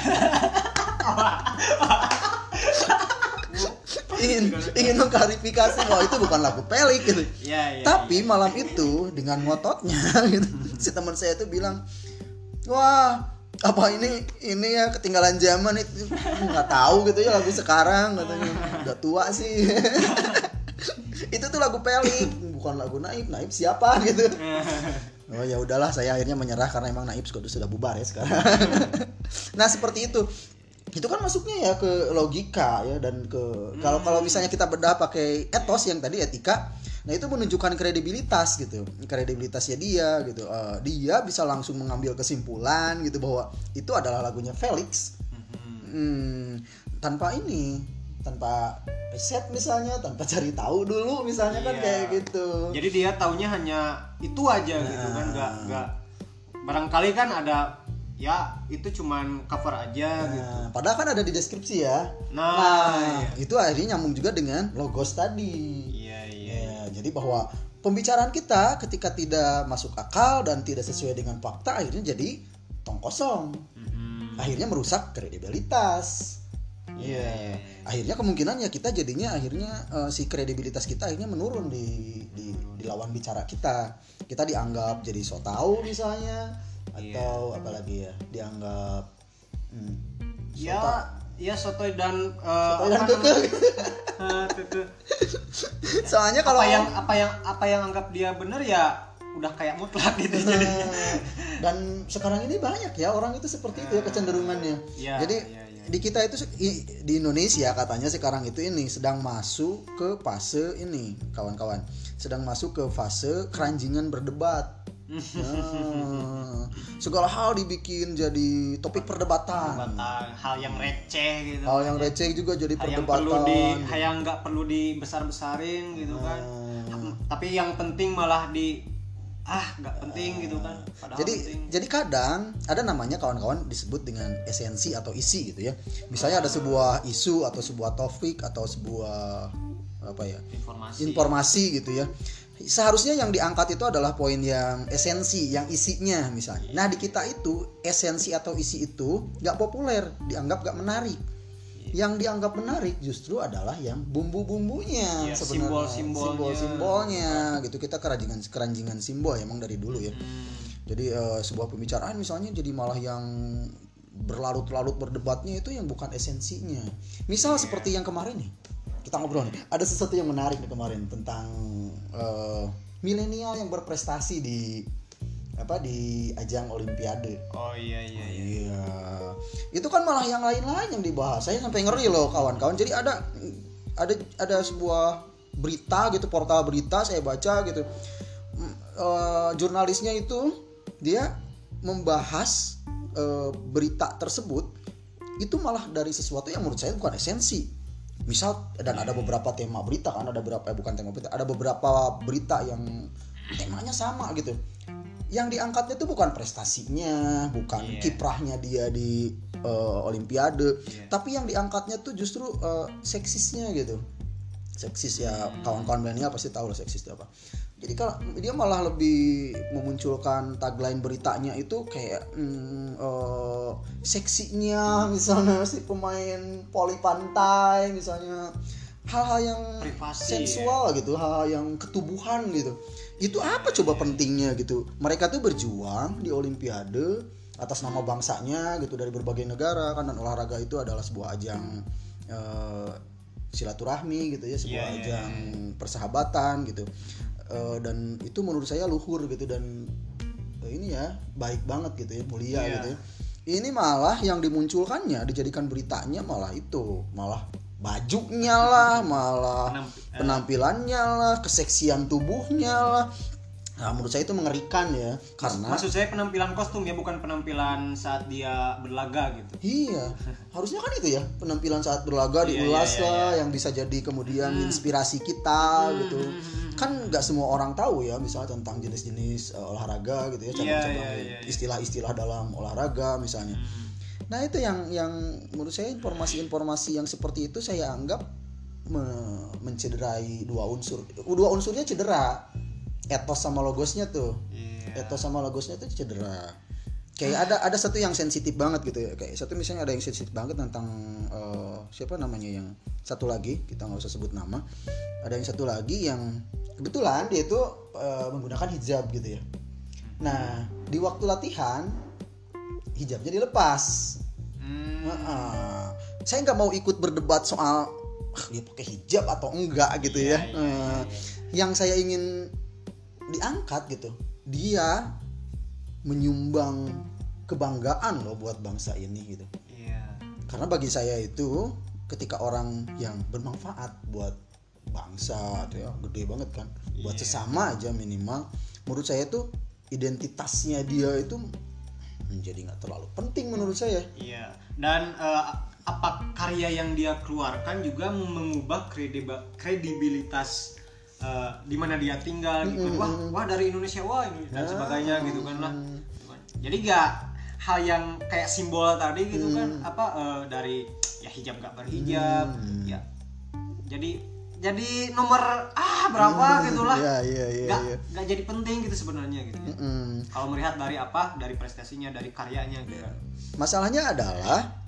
ingin ingin mengklarifikasi bahwa itu bukan lagu Pelik gitu. Iya iya. Tapi malam itu dengan ngototnya gitu, si teman saya tuh bilang, wah apa ini ini ya ketinggalan zaman itu, nggak tahu gitu ya lagu sekarang katanya, udah tua sih. Itu tuh lagu Pelik, bukan lagu Naif. Naif siapa gitu. Oh ya udahlah, saya akhirnya menyerah karena emang Naif sudah bubar ya sekarang. Nah seperti itu, itu kan masuknya ya ke logika ya, dan ke kalau kalau misalnya kita bedah pakai etos yang tadi etika, nah itu menunjukkan kredibilitas gitu, kredibilitasnya dia gitu. Uh, dia bisa langsung mengambil kesimpulan gitu bahwa itu adalah lagunya Felix, hmm, tanpa ini, tanpa riset misalnya, tanpa cari tahu dulu misalnya. Kan Iya. kayak gitu. Jadi dia taunya hanya itu aja gitu kan, nggak nggak barangkali kan ada ya itu cuman cover aja gitu. Nah, padahal kan ada di deskripsi ya. Nah, Nah, itu akhirnya nyambung juga dengan logos tadi. Iya iya. Ya, jadi bahwa pembicaraan kita ketika tidak masuk akal dan tidak sesuai dengan fakta, akhirnya jadi tong kosong. Mhm. Akhirnya merusak kredibilitas. Iya, Ya, iya, akhirnya kemungkinan ya kita jadinya akhirnya eh, si kredibilitas kita akhirnya menurun di, di di lawan bicara kita. Kita dianggap jadi so tahu misalnya, atau apalagi ya dianggap hmm, Ya, sota- ya sotoy dan eh, Sotoy dan apa kekeh. namanya? Eh, kekeh. Soalnya kalau apa yang apa yang apa yang anggap dia benar ya udah kayak mutlak gitu Nah, jadinya. dan sekarang ini banyak ya orang itu seperti itu ya kecenderungannya. Iya, Jadi iya, iya. di kita itu di Indonesia katanya sekarang itu ini sedang masuk ke fase ini kawan-kawan, sedang masuk ke fase keranjingan berdebat. Nah, segala hal dibikin jadi topik perdebatan. Perdebatan, hal yang receh gitu. Hal yang receh juga jadi hal yang perdebatan. perlu di, hal yang nggak perlu dibesar-besarin gitu kan. Hmm. Tapi yang penting malah di ah nggak penting gitu kan. Padahal jadi penting. jadi kadang ada namanya kawan-kawan disebut dengan esensi atau isi gitu ya. Misalnya ada sebuah isu atau sebuah topik atau sebuah apa ya? Informasi. Informasi gitu ya. Seharusnya yang diangkat itu adalah poin yang esensi, yang isinya misalnya. Nah di kita itu esensi atau isi itu nggak populer, dianggap nggak menarik. Yang dianggap menarik justru adalah yang bumbu-bumbunya, ya, sebenarnya simbol-simbolnya. simbol-simbolnya gitu. Kita keranjingan keranjingan simbol emang dari dulu ya. Hmm. Jadi uh, sebuah pembicaraan misalnya jadi malah yang berlarut-larut berdebatnya itu yang bukan esensinya. Misal yeah. seperti yang kemarin nih. Kita ngobrol nih. Ada sesuatu yang menarik nih kemarin tentang uh, milenial yang berprestasi di apa di ajang olimpiade. Oh iya iya iya. Iya. Itu kan malah yang lain-lain yang dibahas. Saya sampai ngeri loh kawan-kawan. Jadi ada ada ada sebuah berita gitu, portal berita saya baca gitu. Uh, jurnalisnya itu dia membahas uh, berita tersebut itu malah dari sesuatu yang menurut saya bukan esensi. Misal dan ada beberapa tema berita kan, ada beberapa eh, bukan tema berita, ada beberapa berita yang temanya sama gitu. Yang diangkatnya itu bukan prestasinya, bukan yeah. kiprahnya dia di uh, olimpiade, yeah. tapi yang diangkatnya tuh justru uh, seksisnya gitu. Seksis ya, hmm. kawan-kawan milenial pasti tahu lah seksis itu apa. Jadi kalau dia malah lebih memunculkan tagline beritanya itu kayak hmm, uh, seksinya misalnya si pemain voli pantai misalnya, hal-hal yang privasi, sensual ya? gitu, hal-hal yang ketubuhan gitu. Itu apa coba pentingnya gitu? Mereka tuh berjuang di olimpiade atas nama bangsanya gitu dari berbagai negara kan, dan olahraga itu adalah sebuah ajang uh, silaturahmi gitu ya, sebuah yeah, ajang yeah, yeah. persahabatan gitu. Uh, dan itu menurut saya luhur gitu dan uh, ini ya baik banget gitu ya, mulia yeah. gitu ya. Ini malah yang dimunculkannya dijadikan beritanya malah itu, malah bajunya lah, malah Penamp- penampilannya lah, keseksian tubuhnya lah. Nah, menurut saya itu mengerikan ya, karena maksud saya penampilan kostum ya, bukan penampilan saat dia berlaga gitu. Iya, harusnya kan itu ya, penampilan saat berlaga Iya, diulas iya, iya, lah, iya. yang bisa jadi kemudian hmm. inspirasi kita Hmm. gitu. Kan nggak semua orang tahu ya, misalnya tentang jenis-jenis uh, olahraga gitu ya, Iya, cabang-cabang iya, iya, iya. istilah-istilah dalam olahraga misalnya. Hmm. Nah itu yang yang menurut saya informasi-informasi yang seperti itu saya anggap me- mencederai dua unsur. Dua unsurnya cedera, etos sama logosnya tuh. Yeah. Etos sama logosnya tuh cedera. Kayak ada ada satu yang sensitif banget gitu ya. Kayak satu misalnya ada yang sensitif banget tentang uh, siapa namanya yang satu lagi, kita nggak usah sebut nama. Ada yang satu lagi yang kebetulan dia itu uh, menggunakan hijab gitu ya. Nah di waktu latihan hijabnya dilepas. Hmm. Nah, saya nggak mau ikut berdebat soal ah, dia pakai hijab atau enggak gitu ya. Iya, iya, Nah, iya. Yang saya ingin diangkat gitu, dia menyumbang kebanggaan loh buat bangsa ini gitu. Iya. Karena bagi saya itu ketika orang yang bermanfaat buat bangsa tuh ya, gede banget kan, buat Iya. sesama aja minimal, menurut saya tuh identitasnya dia itu menjadi nggak terlalu penting menurut saya. Iya. Dan uh, apa karya yang dia keluarkan juga mengubah krediba- kredibilitas uh, di mana dia tinggal gitu. Mm-hmm. Wah, wah dari Indonesia, wah ini dan Ah. sebagainya gitu kan lah. Gitu kan. Jadi gak hal yang kayak simbol tadi gitu kan, apa uh, dari ya hijab gak berhijab, Hmm. ya. Jadi jadi nomor ah berapa Hmm, gitulah. iya, iya, iya, Gak, iya. gak jadi penting gitu sebenarnya gitu ya. Mm-mm. Kalau melihat dari apa, dari prestasinya, dari karyanya gitu kan. Masalahnya adalah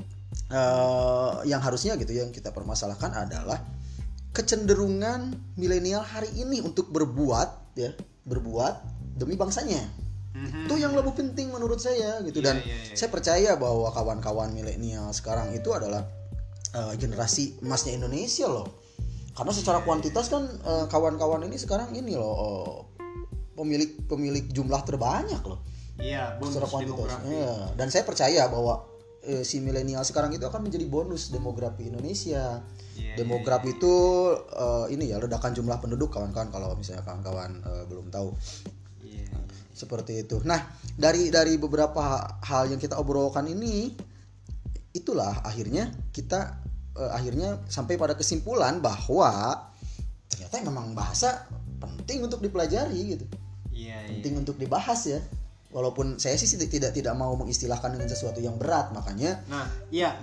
uh, yang harusnya gitu yang kita permasalahkan adalah kecenderungan milenial hari ini untuk berbuat ya, berbuat demi bangsanya. Mhm. Itu yang lebih penting menurut saya gitu. Dan Iya, iya, iya. saya percaya bahwa kawan-kawan milenial sekarang itu adalah uh, generasi emasnya Indonesia loh. Karena secara kuantitas kan uh, kawan-kawan ini sekarang ini loh uh, pemilik pemilik jumlah terbanyak loh. Iya, bonus Secara kuantitas. demografi. Iya. Dan saya percaya bahwa eh, si milenial sekarang itu akan menjadi bonus demografi Indonesia. Yeah, Demografi yeah, itu uh, ini ya ledakan jumlah penduduk kawan-kawan kalau misalnya kawan-kawan uh, belum tahu. Yeah. Seperti itu. Nah, dari dari beberapa hal yang kita obrolkan ini, itulah akhirnya kita uh, akhirnya sampai pada kesimpulan bahwa ternyata memang bahasa penting untuk dipelajari gitu. Yeah, Penting yeah. untuk dibahas ya. Walaupun saya sih tidak tidak mau mengistilahkan dengan sesuatu yang berat, makanya nah iya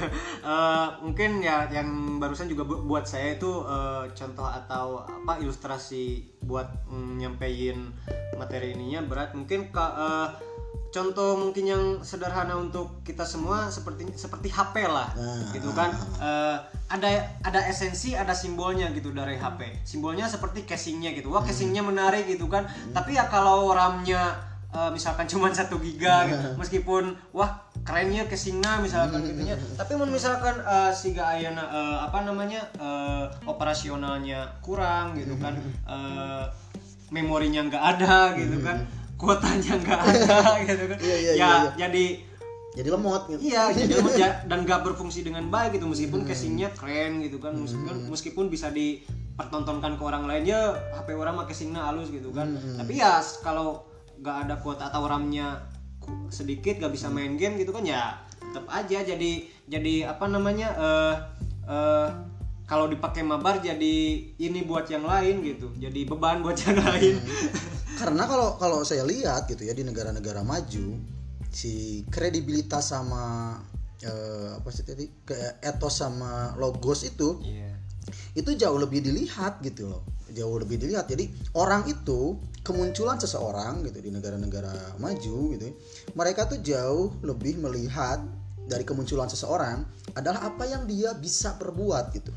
uh, mungkin ya yang barusan juga bu- buat saya itu uh, contoh atau apa ilustrasi buat mm, nyampein materi ininya berat mungkin ke uh, contoh mungkin yang sederhana untuk kita semua seperti seperti H P lah nah, gitu kan uh, ada ada esensi ada simbolnya gitu dari H P simbolnya seperti casingnya gitu wah casingnya menarik gitu kan hmm. tapi ya kalau RAM-nya Uh, misalkan cuma satu giga gitu. Meskipun wah kerennya casingnya misalkan gitunya tapi misalkan uh, si gaya uh, apa namanya uh, operasionalnya kurang gitu kan uh, memorinya nggak ada gitu kan kuotanya nggak ada gitu kan iya, iya, ya iya, iya. jadi jadi lemot gitu. Iya, jadi lemot ya, dan nggak berfungsi dengan baik gitu meskipun casingnya keren gitu kan meskipun meskipun bisa dipertontonkan ke orang lain ya H P orang mah casingnya halus gitu kan tapi ya kalau nggak ada kuota atau RAM-nya sedikit nggak bisa main game gitu kan ya tetap aja jadi jadi apa namanya uh, uh, kalau dipakai mabar jadi ini buat yang lain gitu jadi beban buat yang lain karena kalau kalau saya lihat gitu ya di negara-negara maju si kredibilitas sama uh, apa sih tadi kayak etos sama logos itu yeah. itu jauh lebih dilihat gitu loh jauh lebih dilihat jadi orang itu kemunculan seseorang gitu di negara-negara maju gitu mereka tuh jauh lebih melihat dari kemunculan seseorang adalah apa yang dia bisa perbuat gitu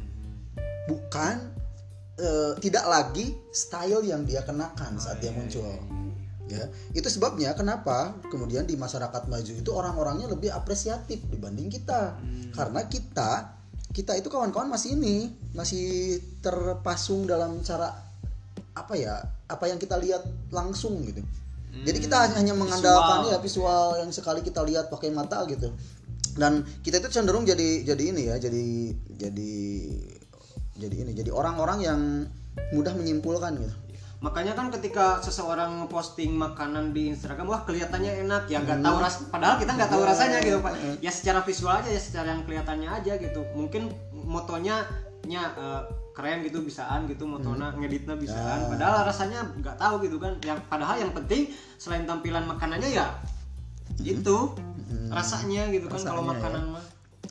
bukan e, tidak lagi style yang dia kenakan saat dia muncul ya itu sebabnya kenapa kemudian di masyarakat maju itu orang-orangnya lebih apresiatif dibanding kita karena kita kita itu kawan-kawan masih ini masih terpasung dalam cara apa ya apa yang kita lihat langsung gitu hmm, jadi kita hanya mengandalkan visual. ya visual yang sekali kita lihat pakai mata gitu dan kita itu cenderung jadi jadi ini ya jadi jadi jadi ini jadi orang-orang yang mudah menyimpulkan gitu makanya kan ketika seseorang posting makanan di Instagram wah kelihatannya enak ya nggak hmm. tahu ras padahal kita nggak tahu rasanya gitu Pak ya secara visual aja ya secara yang kelihatannya aja gitu mungkin motonya nya uh, keren gitu bisaan gitu motonya hmm. ngeditnya bisaan nah. Padahal rasanya nggak tahu gitu kan yang padahal yang penting selain tampilan makanannya ya hmm. itu hmm. rasanya gitu kan rasanya, kalau makanan ya. mah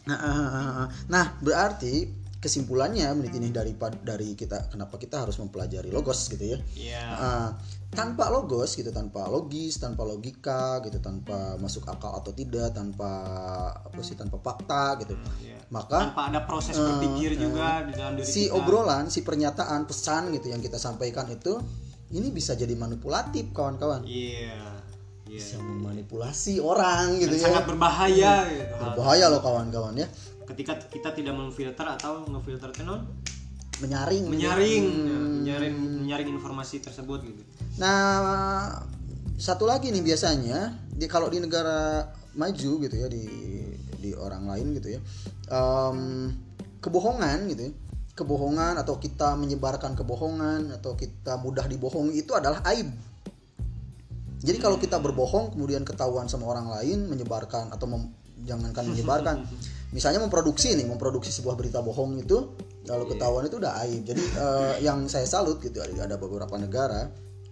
nah, nah berarti kesimpulannya menit ini dari dari kita kenapa kita harus mempelajari logos gitu ya. Yeah. Uh, tanpa logos gitu, tanpa logis, tanpa logika gitu, tanpa masuk akal atau tidak, tanpa apa sih, tanpa fakta gitu. Uh, yeah. Maka tanpa ada proses berpikir uh, juga uh, di dalam diri si kita. obrolan, si pernyataan, pesan gitu yang kita sampaikan itu ini bisa jadi manipulatif kawan-kawan. Iya. Yeah. Yeah. Bisa memanipulasi orang gitu dan ya. Sangat berbahaya hmm. gitu. Berbahaya loh kawan-kawan ya. Ketika kita tidak memfilter atau ngefilter tenon menyaring menyaring hmm. ya, menyaring menyaring informasi tersebut gitu. Nah, satu lagi nih biasanya di kalau di negara maju gitu ya di di orang lain gitu ya. Um, kebohongan gitu ya. Kebohongan atau kita menyebarkan kebohongan atau kita mudah dibohongi itu adalah aib. Jadi kalau kita berbohong kemudian ketahuan sama orang lain menyebarkan atau mem, jangankan menyebarkan misalnya memproduksi nih memproduksi sebuah berita bohong itu lalu ketahuan itu udah aib. Jadi uh, yang saya salut gitu ada beberapa negara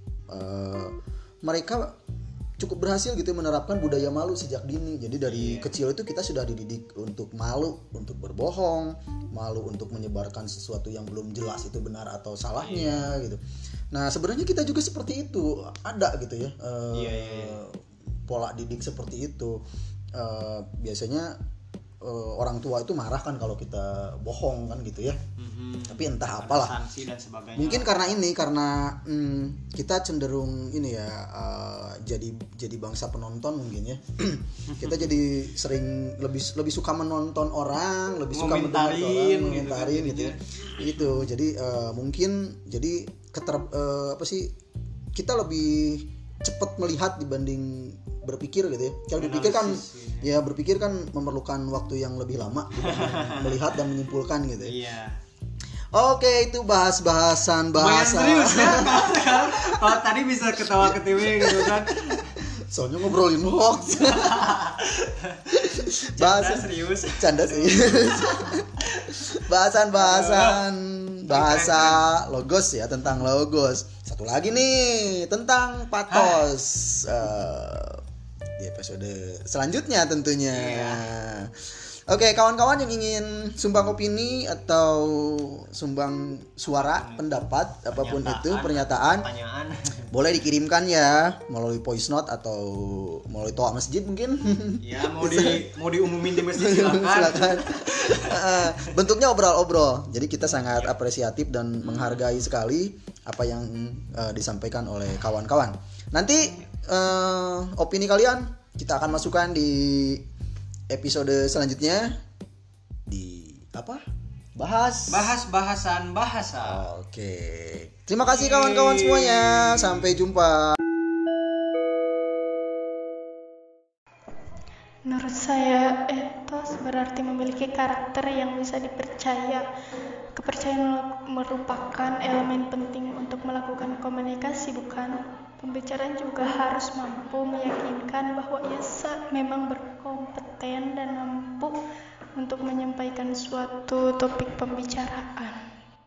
uh, mereka cukup berhasil gitu menerapkan budaya malu sejak dini. Jadi dari yeah. kecil itu kita sudah dididik untuk malu untuk berbohong, malu untuk menyebarkan sesuatu yang belum jelas itu benar atau salahnya yeah. gitu. Nah sebenarnya kita juga seperti itu ada gitu ya uh, yeah, yeah, yeah. pola didik seperti itu. Uh, biasanya uh, orang tua itu marah kan kalau kita bohong kan gitu ya. Mm-hmm. Tapi entah ada apalah. Sanksi dan sebagainya. Mungkin karena ini karena hmm, kita cenderung ini ya uh, jadi jadi bangsa penonton mungkin ya. Kita jadi sering lebih lebih suka menonton orang, lebih suka mendengar orang, komentarin gitu. Gitu. Itu jadi uh, mungkin jadi keter uh, apa sih kita lebih cepat melihat dibanding berpikir gitu ya. Kalau berpikir kan ya berpikir kan memerlukan waktu yang lebih lama melihat dan menyimpulkan gitu ya. Iya. Oke, itu bahas-bahasan bahasa. Lumayan serius ya. Kalau tadi bisa ketawa ketiwi gitu kan. Soalnya ngobrolin hoax. Bahasa serius. Canda serius. Bahasan-bahasan bahasa logos ya, tentang logos. Satu lagi nih tentang patos. Uh, di episode selanjutnya tentunya. Yeah. Oke, kawan-kawan yang ingin sumbang opini atau sumbang suara, pendapat, apapun itu, pernyataan, pertanyaan, boleh dikirimkan ya melalui voice note atau melalui toa masjid mungkin. Ya, mau di mau diumumin di masjid silakan. Silakan. Bentuknya obrol-obrol. Jadi kita sangat apresiatif dan menghargai sekali apa yang uh, disampaikan oleh kawan-kawan. Nanti uh, opini kalian kita akan masukkan di episode selanjutnya di apa? Bahas bahas bahasan bahasa. Oke. Terima kasih kawan-kawan semuanya. Sampai jumpa. Menurut saya, etos berarti memiliki karakter yang bisa dipercaya. Kepercayaan merupakan elemen penting untuk melakukan komunikasi, bukan? Pembicara juga harus mampu meyakinkan bahwa ia memang berkompeten dan mampu untuk menyampaikan suatu topik pembicaraan.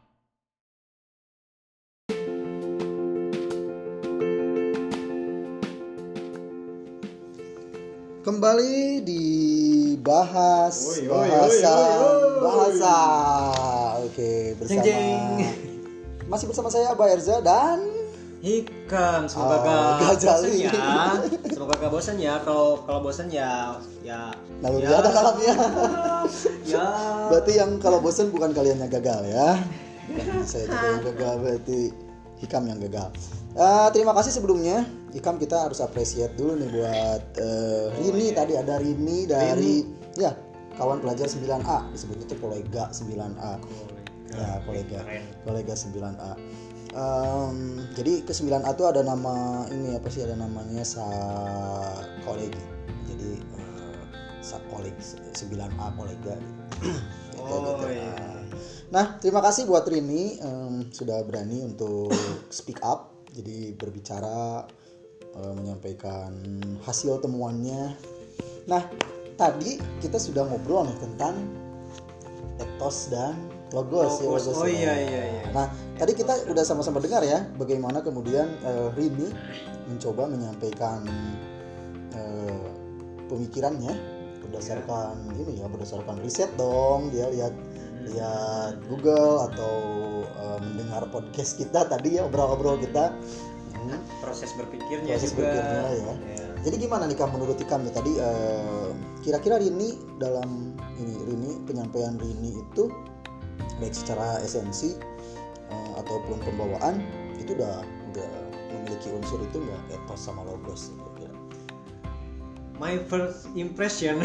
Kembali di bahas oi, oi, bahasa oi, oi, oi. bahasa. Oke, bersama Jeng, jeng. masih bersama saya Abah Erza dan Hikam. Semoga Oh, gak gak bosan jali. ya. Semoga gak bosan ya. Kalau kalau bosan ya ya lalu ya, ada dalamnya. Ya. Berarti yang kalau bosan bukan kalian yang gagal ya. Bukan saya juga yang gagal, berarti Hikam yang gagal. Uh, terima kasih sebelumnya Hikam, kita harus appreciate dulu nih buat uh, Rini. Tadi ada Rini dari Rini. Ya kawan pelajar sembilan A, disebutnya itu kolega sembilan A. Ya kolega kolega sembilan A. Um, jadi ke sembilan A itu ada nama ini apa sih, ada namanya sa kolegi. Jadi uh, sa koleg sembilan A kolega gitu. Oh, gitu. iya. Nah, terima kasih buat Rini um, sudah berani untuk speak up, jadi berbicara, uh, menyampaikan hasil temuannya. Nah, tadi kita sudah ngobrol nih tentang etos dan logos, Logos. ya, logos Oh ya. iya iya iya. Nah, tadi kita udah sama-sama dengar ya bagaimana kemudian uh, Rini mencoba menyampaikan uh, pemikirannya berdasarkan ya. ini ya, berdasarkan riset dong. Dia lihat lihat Google atau uh, mendengar podcast kita tadi ya, obrol-obrol kita. Hmm. Proses berpikirnya Proses juga. berpikirnya ya. Ya. Jadi gimana nih Kak menurut Ikam nih tadi uh, kira-kira Rini dalam ini Rini penyampaian Rini itu baik secara esensi uh, ataupun pembawaan itu udah udah memiliki unsur itu nggak etos sama logos kira-kira? My first impression.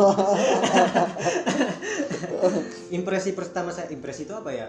Impresi pertama saya, impresi itu apa ya?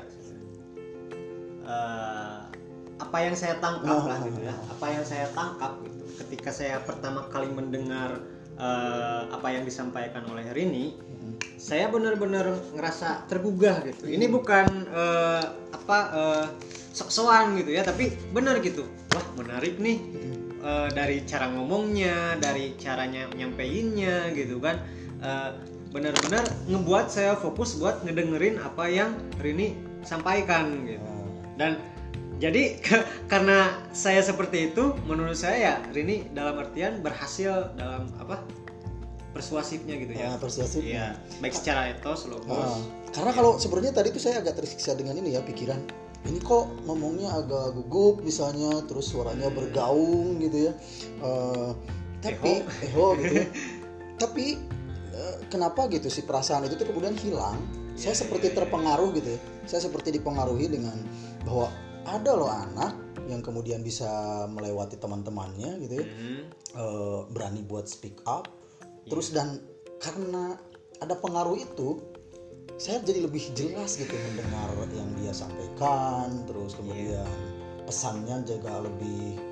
Uh, apa yang saya tangkap lah gitu ya. Apa yang saya tangkap gitu. Ketika saya pertama kali mendengar uh, apa yang disampaikan oleh Rini, hmm. saya benar-benar ngerasa tergugah gitu. Hmm. Ini bukan uh, apa uh, sok-sokan gitu ya, tapi benar gitu. Wah, menarik nih. Hmm. Uh, dari cara ngomongnya, dari caranya nyampeinnya gitu kan. Uh, benar-benar ngebuat saya fokus buat ngedengerin apa yang Rini sampaikan gitu. Dan jadi ke, karena saya seperti itu, menurut saya ya Rini dalam artian berhasil dalam apa persuasifnya gitu ya. Ah, persuasif. Iya, baik secara etos, logos. Ah, karena ya. Kalau sebenarnya tadi tuh saya agak tersiksa dengan ini ya, pikiran ini kok ngomongnya agak gugup misalnya, terus suaranya bergaung gitu ya. Uh, tapi eho gitu ya. Tapi kenapa gitu sih perasaan itu tuh kemudian hilang? Yeah, saya seperti yeah, terpengaruh yeah. gitu ya. Saya seperti dipengaruhi dengan bahwa ada loh anak yang kemudian bisa melewati teman-temannya gitu ya. Mm-hmm. Uh, berani buat speak up. Yeah. Terus dan karena ada pengaruh itu, saya jadi lebih jelas gitu mendengar yang dia sampaikan. Terus kemudian yeah. pesannya juga lebih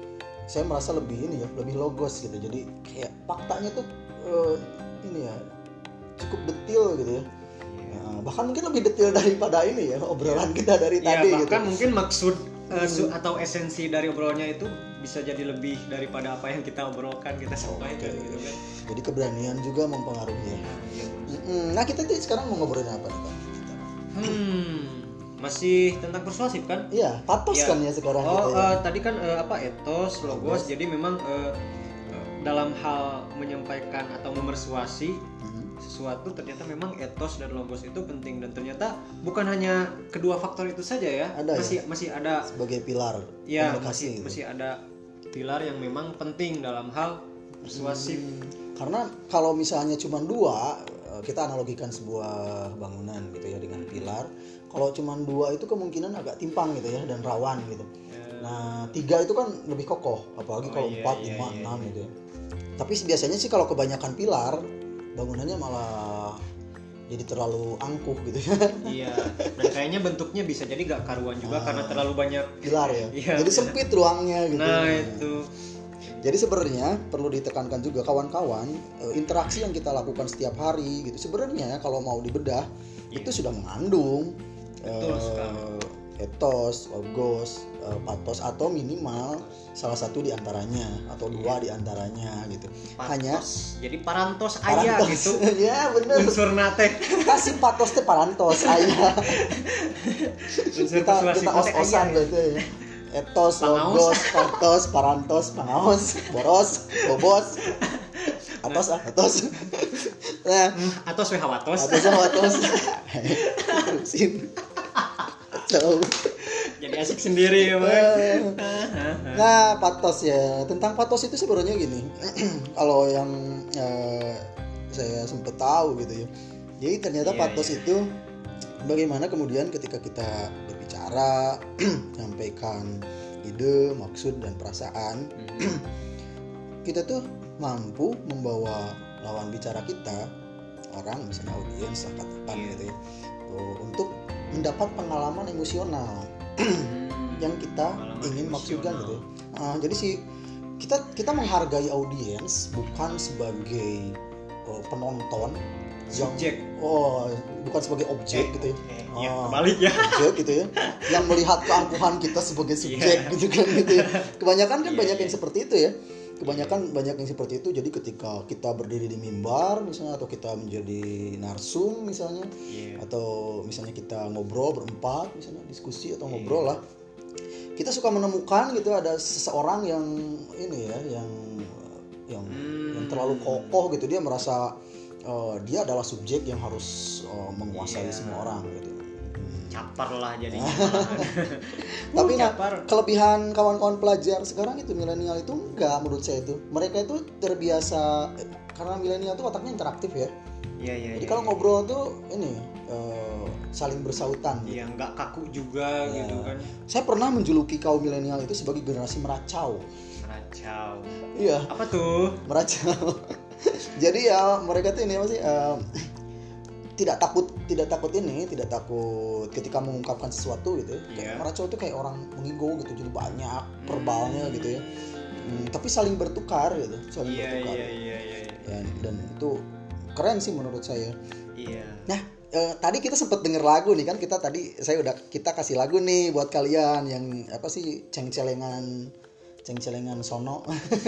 saya merasa lebih ini ya, lebih logos gitu. Jadi kayak faktanya tuh uh, ini ya cukup detail gitu ya. Nah, bahkan mungkin lebih detail daripada ini ya obrolan kita dari ya, tadi bahkan gitu. mungkin maksud uh, su- atau esensi dari obrolannya itu bisa jadi lebih daripada apa yang kita obrolkan, kita sampaikan Oke. gitu kan. Jadi keberanian juga mempengaruhi ya. Iya. Mm-mm. Nah kita tuh sekarang mau ngobrolin apa nih Pak? Hmm, masih tentang persuasif kan? Iya, patos Ya. kan ya sekarang Oh, gitu ya. eh, tadi kan eh, apa etos, logos. Jadi memang eh, eh, dalam hal menyampaikan atau memersuasi Hmm. sesuatu ternyata memang etos dan logos itu penting, dan ternyata bukan hanya kedua faktor itu saja ya. Ada masih ya? masih ada Sebagai pilar ya komunikasi masih gitu. masih ada pilar yang memang penting dalam hal persuasif. Hmm, karena kalau misalnya cuma dua, eh, kita analogikan sebuah bangunan gitu ya dengan pilar. Kalau cuma dua itu kemungkinan agak timpang gitu ya dan rawan gitu. Nah tiga itu kan lebih kokoh, apalagi Oh, kalau iya, empat, iya, lima, iya, enam iya. gitu ya. Tapi biasanya sih kalau kebanyakan pilar, bangunannya malah jadi terlalu angkuh gitu ya. Iya, dan kayaknya bentuknya bisa jadi gak karuan juga Ah. karena terlalu banyak. Pilar ya. Iya. Jadi sempit ruangnya gitu. Nah itu. Jadi sebenarnya perlu ditekankan juga kawan-kawan, eh, interaksi yang kita lakukan setiap hari gitu. Sebenarnya kalau mau dibedah Iya. itu sudah mengandung Betul eh, sekali. etos, logos, eh, patos atau minimal salah satu diantaranya atau dua diantaranya gitu. Hanya Patos. Jadi parantos ayah parantos. gitu. Ya bener. Unsur nate. Kasih patos teh parantos ayah. Unsur kita persuasif kita teh os-osan aya. gitu ya. Etos, Pangaos. logos, patos, parantos, pangaos, boros, bobos. Atos ah, atos. Nah, Atau sehawatos. atos sama atos. Terusin. Tahu. Jadi asik sendiri ya, Bang. Nah, patos ya. Tentang patos itu sebenarnya gini. Kalau yang eh, saya sempat tahu gitu ya. Jadi ternyata Iya, patos iya. itu bagaimana kemudian ketika kita berbicara, menyampaikan ide, maksud dan perasaan, kita tuh mampu membawa lawan bicara kita, orang misalnya audiens lah katakan Iya. gitu ya, tuh, untuk mendapat pengalaman emosional yang kita Pengalaman ingin maksudkan emosional. gitu. Ah, jadi sih kita kita menghargai audiens bukan sebagai oh, penonton yang Subjek. oh bukan sebagai objek gitu ya. Iya, Ah, kebalik ya. objek gitu ya, yang melihat keangkuhan kita sebagai subjek Iya. gitu kan gitu ya. Kebanyakan kan Iya, banyak iya. yang seperti itu ya. Kebanyakan banyak yang seperti itu. Jadi ketika kita berdiri di mimbar misalnya, atau kita menjadi narsum misalnya, Iya. atau misalnya kita ngobrol berempat misalnya, diskusi atau Iya. ngobrol lah, kita suka menemukan gitu ada seseorang yang ini ya, yang yang Hmm. yang terlalu kokoh gitu. Dia merasa eh, dia adalah subjek yang harus eh, menguasai Iya. semua orang gitu. Capar lah jadinya. Tapi Uh, nah, capar. kelebihan kawan-kawan pelajar sekarang itu milenial itu enggak, menurut saya itu mereka itu terbiasa eh, karena milenial itu otaknya interaktif ya. Iya, iya. Jadi iya, kalau iya. ngobrol tuh ini eh, saling bersautan. Gitu. Iya, nggak kaku juga Ya. gitu kan. Saya pernah menjuluki kaum milenial itu sebagai generasi meracau. Meracau. Iya, Apa tuh? meracau. Jadi ya mereka tuh ini apa sih? eh, tidak takut tidak takut ini tidak takut ketika mengungkapkan sesuatu gitu ya. Kayak Iya. meracau tuh kayak orang mengigo gitu, jadi banyak verbalnya gitu ya. Hmm, tapi saling bertukar gitu, saling Iya, bertukar. iya, iya, iya. iya. Ya, dan itu keren sih menurut saya. Iya. Nah, eh, tadi kita sempat denger lagu nih kan, kita tadi saya udah kita kasih lagu nih buat kalian yang apa sih ceng-celengan ceng-celengan sono.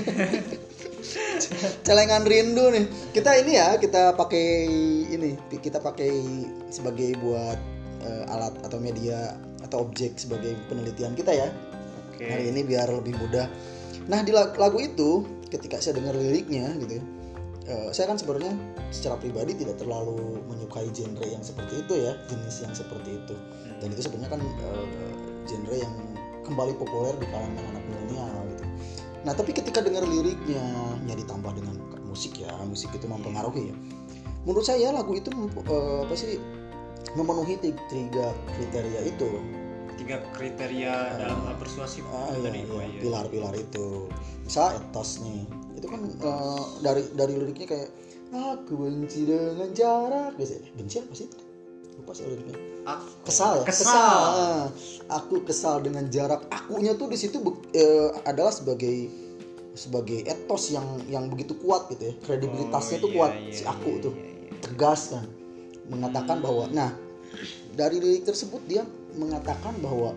Celengan rindu nih. Kita ini ya, kita pakai ini, kita pakai sebagai buat eh, alat atau media atau objek sebagai penelitian kita ya. Oke. Hari ini biar lebih mudah. Nah, di lag- lagu itu ketika saya dengar liriknya gitu ya, eh, saya kan sebenarnya secara pribadi tidak terlalu menyukai genre yang seperti itu ya, jenis yang seperti itu. Dan itu sebenarnya kan eh, genre yang kembali populer di kalangan anak milenial gitu. Nah, tapi ketika dengar liriknya, ya ditambah dengan musik ya, musik itu mempengaruhi ya. Menurut saya lagu itu eh, apa sih memenuhi ti- tiga kriteria itu. Tiga kriteria dalam hal persuasif Ah, iya, tadi iya, gua, iya. pilar-pilar itu. Misal etos nih, itu kan eh, dari dari liriknya kayak aku benci dengan jarak, biasa benci apa sih? Lupa sih liriknya. Aku Kesal, kesal. Ah, aku kesal dengan jarak. Akunya tuh di situ bu- eh, adalah sebagai sebagai etos yang yang begitu kuat gitu ya, kredibilitasnya Oh, tuh iya, kuat iya, si iya, aku iya, tuh iya. tegas kan mengatakan bahwa nah dari lirik tersebut dia mengatakan bahwa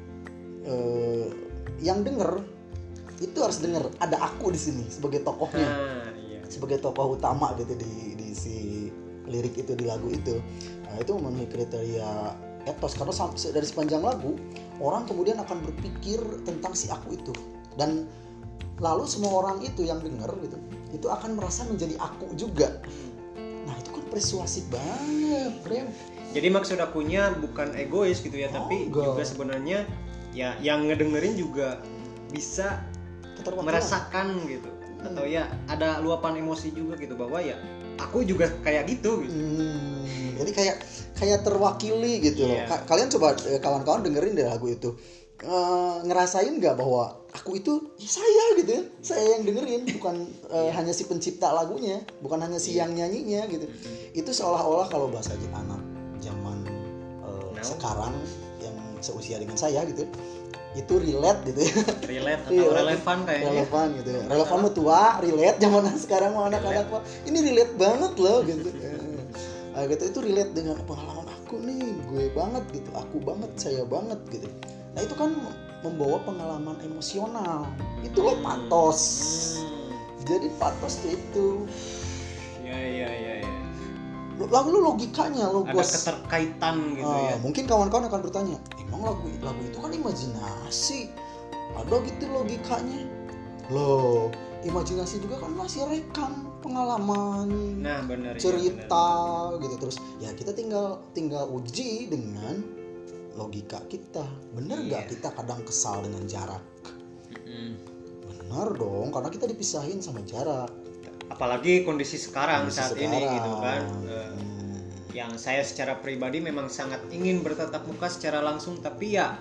eh, yang denger itu harus denger ada aku di sini sebagai tokohnya, Ah, iya. sebagai tokoh utama gitu di di si lirik itu di lagu itu. Nah, itu memenuhi kriteria etos karena sam- dari sepanjang lagu orang kemudian akan berpikir tentang si aku itu dan lalu semua orang itu yang denger gitu itu akan merasa menjadi aku juga. Nah itu kan persuasif banget, Rem. Jadi maksud akunya bukan egois gitu ya, Oh, tapi enggak. juga sebenarnya ya yang ngedengerin juga bisa Keterwakilan. merasakan gitu, atau ya ada luapan emosi juga gitu bahwa ya aku juga kayak gitu gitu. Hmm, jadi kayak kayak terwakili gitu loh. Iya. Ka- Kalian coba eh, kawan-kawan dengerin deh lagu itu. Eh, ngerasain nggak bahwa aku itu ya saya gitu ya, saya yang dengerin bukan eh, hanya si pencipta lagunya, bukan hanya si yang nyanyinya gitu. Itu seolah-olah kalau bahasa anak zaman eh, Now. sekarang yang seusia dengan saya gitu, itu relate gitu ya. Relate atau Iya, relevan kayaknya. Relevan gitu ya. Relevan mah tua, relate zaman sekarang mau anak-anak mah ini relate banget loh gitu. Nah, gitu itu relate dengan pengalaman aku nih, gue banget gitu, aku banget, saya banget gitu. Nah, itu kan membawa pengalaman emosional. Itu loh patos. Hmm. Jadi patos tuh itu. Ya ya ya ya. Lalu logikanya lo Ada bos. keterkaitan gitu Ah, ya. mungkin kawan-kawan akan bertanya, emang lagu lagu itu kan imajinasi, ada gitu logikanya. Loh, imajinasi juga kan masih rekam pengalaman, Nah benar. cerita gitu terus. Ya kita tinggal tinggal uji dengan logika kita. Bener nggak Iya. kita kadang kesal dengan jarak? Mm. Bener dong, karena kita dipisahin sama jarak. Apalagi kondisi sekarang Kondisi saat ini sekarang. gitu kan. Eh, Hmm. yang saya secara pribadi memang sangat ingin bertatap muka secara langsung, tapi ya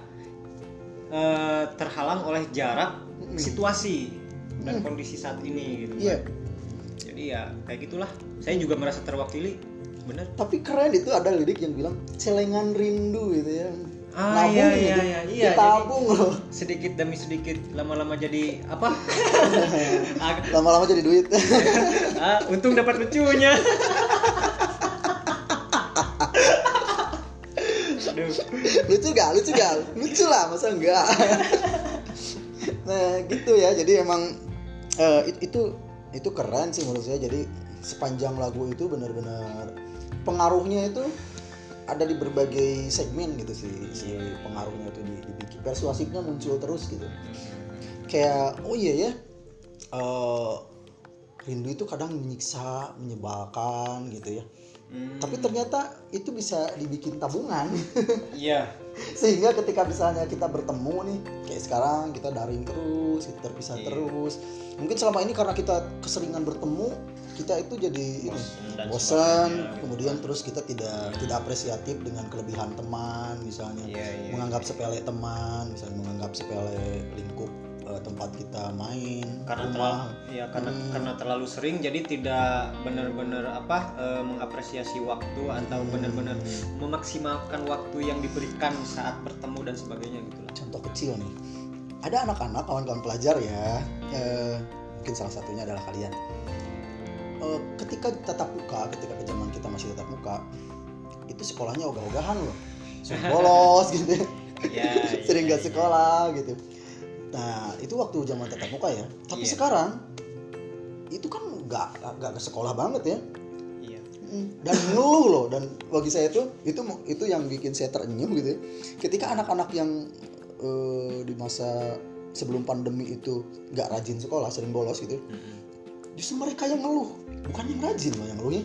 eh, terhalang oleh jarak, Mm-mm. situasi dan Mm. kondisi saat ini gitu Iya. kan. Jadi ya kayak gitulah. Saya juga merasa terwakili, bener. Tapi keren itu ada lirik yang bilang celengan rindu gitu ya. Ah, Nabung iya, gitu. iya, iya, iya. Ditabung loh. Sedikit demi sedikit, lama-lama jadi apa? Ah, Lama-lama jadi duit. ah, untung dapat lucunya. Aduh. Lucu gak? Lucu gak? Lucu lah, masa enggak? Nah gitu ya, jadi emang eh, it- itu itu keren sih menurut saya. Jadi sepanjang lagu itu benar-benar pengaruhnya itu ada di berbagai segmen gitu sih, si pengaruhnya itu di, dibikin persuasifnya muncul terus gitu. Kayak oh iya ya, eh, rindu itu kadang menyiksa, menyebalkan gitu ya. Hmm, Tapi ternyata itu bisa dibikin tabungan. iya. Sehingga ketika misalnya kita bertemu nih kayak sekarang kita daring terus, kita terpisah Iya. terus, mungkin selama ini karena kita keseringan bertemu kita itu jadi ini Bosen dan bosan, sebagainya, gitu. kemudian terus kita tidak tidak apresiatif dengan kelebihan teman misalnya, Iya, iya, menganggap sepele teman, misalnya menganggap sepele lingkup eh, tempat kita main, Karena rumah. terlalu, ya karena Hmm. karena terlalu sering, jadi tidak benar-benar apa eh, mengapresiasi waktu atau Hmm. benar-benar memaksimalkan waktu yang diberikan saat bertemu dan sebagainya gitu lah. Contoh kecil nih, ada anak-anak kawan-kawan pelajar ya, eh, mungkin salah satunya adalah kalian. Eh, ketika tatap muka, ketika ke zaman kita masih tatap muka, itu sekolahnya ogah-ogahan loh, sering bolos gitu, Ya, sering iya, gak iya. sekolah gitu. Nah itu waktu zaman tatap muka ya. Tapi Iya. sekarang itu kan nggak nggak ke sekolah banget ya. Iya. Mm, dan ngeluh loh, dan bagi saya itu itu itu yang bikin saya terenyuh gitu ya. Ketika anak-anak yang eh, di masa sebelum pandemi itu nggak rajin sekolah, sering bolos gitu, Mm-mm. justru mereka yang ngeluh, bukan yang rajin loh yang ngeluhnya.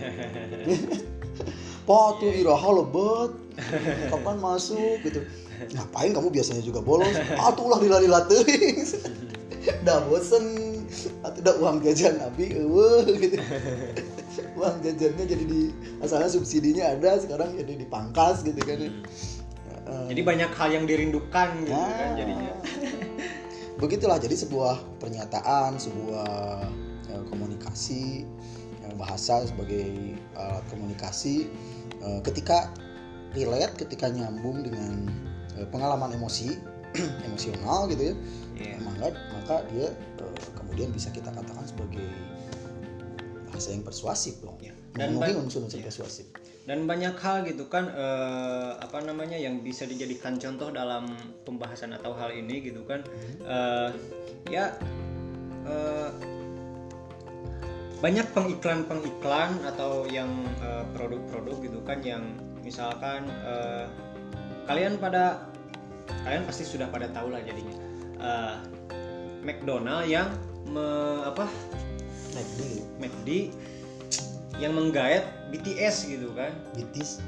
Pak tuh iraha lebet, kapan masuk gitu. Ngapain kamu biasanya juga bolos? Ah tuh ulah lila-lila teuing. Udah bosen, atau udah uang jajan abi eueuh gitu. Uang jajannya jadi di asalnya subsidinya ada, sekarang jadi dipangkas gitu kan. Eh, Jadi banyak hal yang dirindukan gitu Nah, kan jadinya. begitulah, jadi sebuah pernyataan, sebuah eh, komunikasi, eh, bahasa sebagai alat komunikasi, eh, ketika relate, ketika nyambung dengan eh, pengalaman emosi, emosional gitu ya, Iya. maka maka dia uh, kemudian bisa kita katakan sebagai bahasa yang persuasif dong, Ya. Dan memenuhi ba- unsur-unsur ya. persuasif. Dan banyak hal gitu kan eh, apa namanya yang bisa dijadikan contoh dalam pembahasan atau hal ini gitu kan. Eh, ya eh, banyak pengiklan-pengiklan atau yang eh, produk-produk gitu kan yang misalkan eh, kalian pada kalian pasti sudah pada tahu lah jadinya Eh, McDonald yang me, apa McD, McD yang menggait B T S gitu kan. bitis,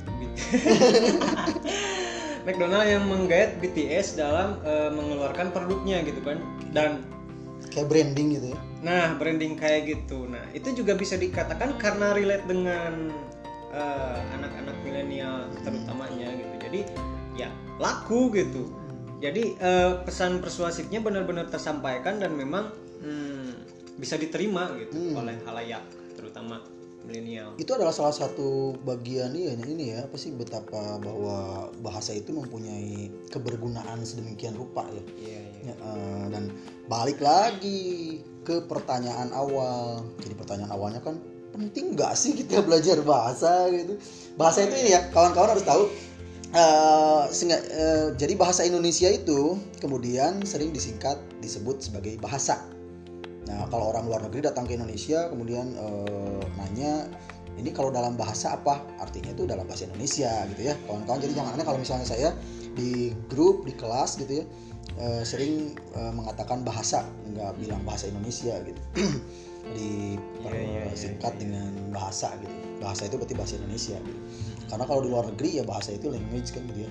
McDonald yang menggait B T S dalam uh, mengeluarkan produknya gitu kan. Dan kayak branding gitu ya. nah branding kayak gitu. Nah itu juga bisa dikatakan karena relate dengan uh, anak-anak milenial terutamanya gitu. Jadi ya laku gitu. Jadi uh, pesan persuasifnya benar-benar tersampaikan dan memang hmm, bisa diterima gitu Hmm. oleh halayak terutama milenial. Itu adalah salah satu bagian ini, ini ya, apa sih, betapa bahwa bahasa itu mempunyai kebergunaan sedemikian rupa ya. Iya, iya. Ya, eh, dan balik lagi ke pertanyaan awal. Jadi pertanyaan awalnya kan, penting nggak sih kita belajar bahasa gitu? Bahasa itu ini ya, kawan-kawan harus tahu. eh, senga- eh, jadi bahasa Indonesia itu kemudian sering disingkat disebut sebagai bahasa. Nah, kalau orang luar negeri datang ke Indonesia kemudian eh, nanya, ini kalau dalam bahasa apa? Artinya itu dalam bahasa Indonesia gitu ya, kawan-kawan. Jadi jangan aneh kalau misalnya saya di grup, di kelas gitu ya, eh, sering eh, mengatakan bahasa, nggak bilang bahasa Indonesia gitu. Dipersingkat dengan bahasa gitu. Bahasa itu berarti bahasa Indonesia gitu. Karena kalau di luar negeri ya bahasa itu language kan gitu ya.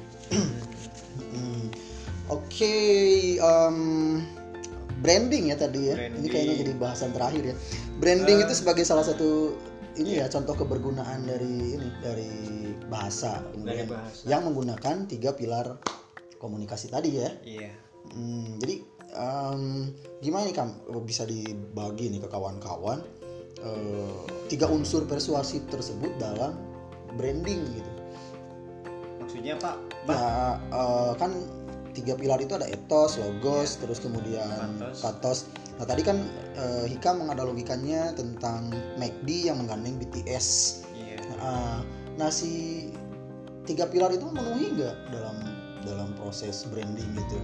Hmm. Oke, em, branding ya tadi ya. Branding. Ini kayaknya jadi bahasan terakhir ya. Branding Uh, itu sebagai salah satu ini ya, contoh kebergunaan dari ini dari bahasa, Dari kemudian bahasa. yang menggunakan tiga pilar komunikasi tadi ya. Iya. Hmm, jadi em, gimana nih Kam, bisa dibagi nih ke kawan-kawan eh, tiga unsur persuasif tersebut dalam branding gitu. Maksudnya Pak? Ya eh, kan tiga pilar itu ada etos, logos, Ya. terus kemudian Pathos. pathos. Nah tadi kan eh, Hika menganalogikannya tentang McD yang menggandeng B T S. Iya. Nah, nah si tiga pilar itu memenuhi nggak dalam dalam proses branding gitu?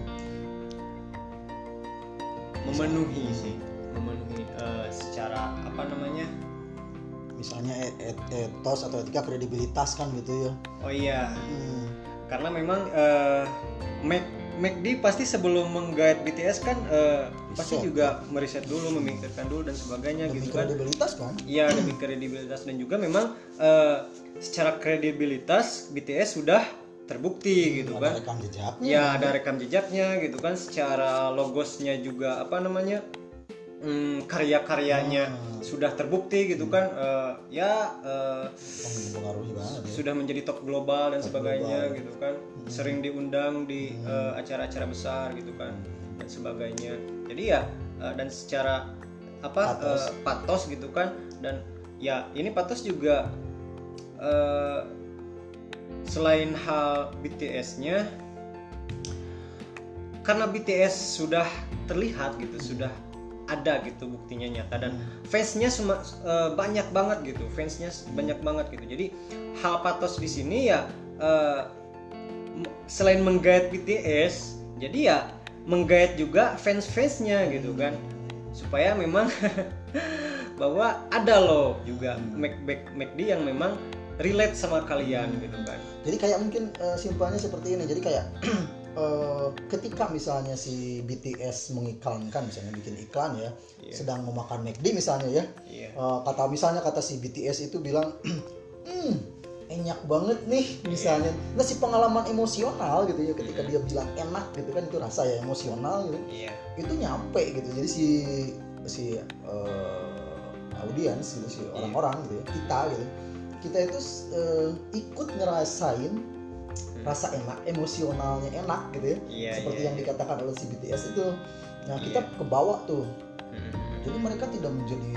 Memenuhi sih, memenuhi eh, secara apa namanya? Misalnya et- et- etos atau etika, kredibilitas kan gitu ya. Oh iya, Hmm. karena memang eh, Mac McD pasti sebelum menggait B T S kan eh, pasti Riset. juga meriset dulu, memikirkan dulu dan sebagainya Demi gitu kan. kredibilitas kan? Iya, demi kredibilitas dan juga memang eh, secara kredibilitas B T S sudah terbukti gitu Ada kan. rekam jejaknya. Ya ada rekam jejaknya gitu kan, secara logosnya juga apa namanya hmm, karya-karyanya Hmm. sudah terbukti gitu kan. Eh, ya eh, Mempengaruhi banget ya. sudah menjadi top global dan Top sebagainya global. gitu kan, sering diundang di eh, acara-acara besar gitu kan dan sebagainya. Jadi ya eh, dan secara apa Pathos. eh, pathos gitu kan, dan ya ini pathos juga eh, selain hal B T S-nya, karena B T S sudah terlihat gitu, sudah ada gitu buktinya nyata, dan fansnya sema- eh, banyak banget gitu, fansnya banyak banget gitu. Jadi hal pathos di sini ya eh, m- selain menggait B T S, jadi ya menggait juga fans-fansnya gitu kan, supaya memang bahwa ada loh juga Mac- Mac- McD yang memang relate sama kalian gitu kan. Jadi kayak mungkin eh, simpelnya seperti ini. Jadi kayak eh, ketika misalnya si B T S mengiklankan, misalnya bikin iklan ya, Iya. sedang memakan McD misalnya ya. Iya. Eh, kata misalnya kata si B T S itu bilang, hmm, enak banget nih misalnya. Nah si pengalaman emosional gitu ya, ketika dia bilang enak gitu kan, itu rasa ya emosional gitu. Iya. Itu nyampe gitu. Jadi si si eh, audiens gitu, si orang-orang gitu ya, kita gitu, kita itu eh, ikut ngerasain rasa enak, emosionalnya enak gitu ya, Iya, seperti iya, yang iya. dikatakan oleh si B T S itu. Nah kita Iya. kebawa tuh. Mm-mm. Jadi mereka tidak menjadi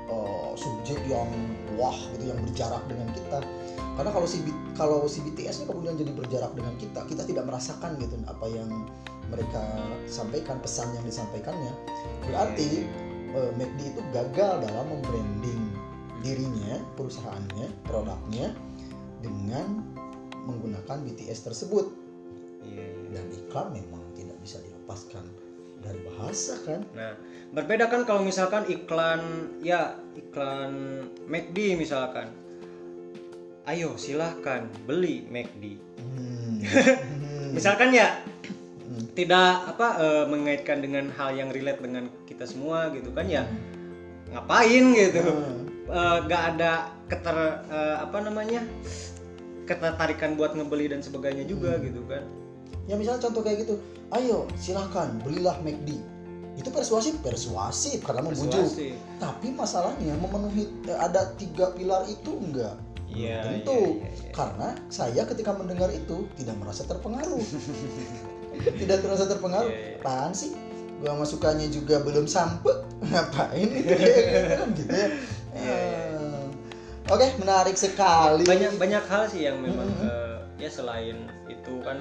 uh, subjek yang wah gitu, yang berjarak dengan kita. Karena kalau si kalau si B T S-nya kemudian jadi berjarak dengan kita, kita tidak merasakan gitu apa yang mereka sampaikan, pesan yang disampaikannya. Berarti uh, M A C D itu gagal dalam membranding dirinya, perusahaannya, produknya dengan menggunakan B T S tersebut. Dan iklan memang tidak bisa dilepaskan dari bahasa kan. Nah, berbeda kan kalau misalkan iklan, ya iklan M A C D misalkan, ayo silahkan beli M A C D. Hmm. Misalkan ya hmm. tidak apa e, mengaitkan dengan hal yang relate dengan kita semua gitu kan ya, hmm. ngapain gitu, hmm. e, gak ada keter e, apa namanya ketertarikan buat ngebeli dan sebagainya juga hmm. gitu kan. Ya misalnya contoh kayak gitu, ayo silahkan belilah M A C D. Itu persuasif, persuasif karena membujuk. Tapi masalahnya memenuhi ada tiga pilar itu enggak. Iya. Tentu. Ya, ya, ya. Karena saya ketika mendengar itu tidak merasa terpengaruh. Tidak terasa terpengaruh. Ya, ya. Apaan sih? Gua sama sukanya juga belum sampai. Ngapain itu kan gitu ya. Ya, ya. Oke, menarik sekali. Banyak banyak hal sih yang memang hmm. uh, ya selain itu kan.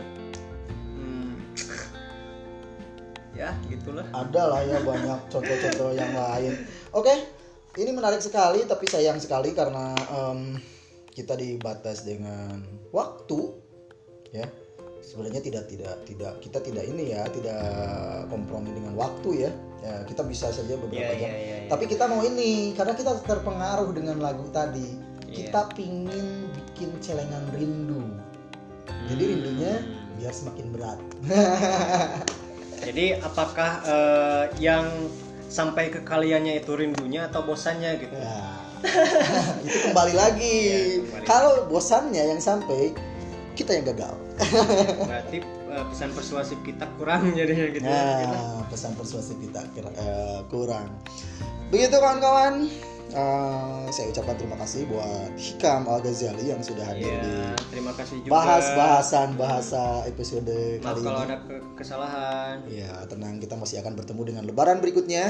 Ya gitulah, ada lah ya banyak contoh-contoh yang lain. Oke, ini menarik sekali tapi sayang sekali karena um, kita dibatas dengan waktu ya. Sebenarnya tidak tidak tidak kita tidak ini ya, tidak kompromi dengan waktu ya, ya kita bisa saja beberapa yeah, jam yeah, yeah, yeah. Tapi kita mau ini karena kita terpengaruh dengan lagu tadi, yeah. Kita pingin bikin celengan rindu, hmm. Jadi rindunya biar semakin berat. Jadi apakah uh, yang sampai ke kaliannya itu rindunya atau bosannya gitu? Ya, itu kembali lagi. Ya, kalau bosannya yang sampai, kita yang gagal. Berarti uh, pesan persuasif kita kurang jadinya gitu. Nah, gitu. Pesan persuasif kita uh, kurang. Begitu kawan-kawan. Uh, saya ucapkan terima kasih buat Hikam Al-Ghazali yang sudah hadir yeah, di terima kasih juga. Bahas-bahasan bahasa episode Maaf kali ini. Kalau ada ke- kesalahan. Ya, tenang, kita masih akan bertemu dengan lebaran berikutnya.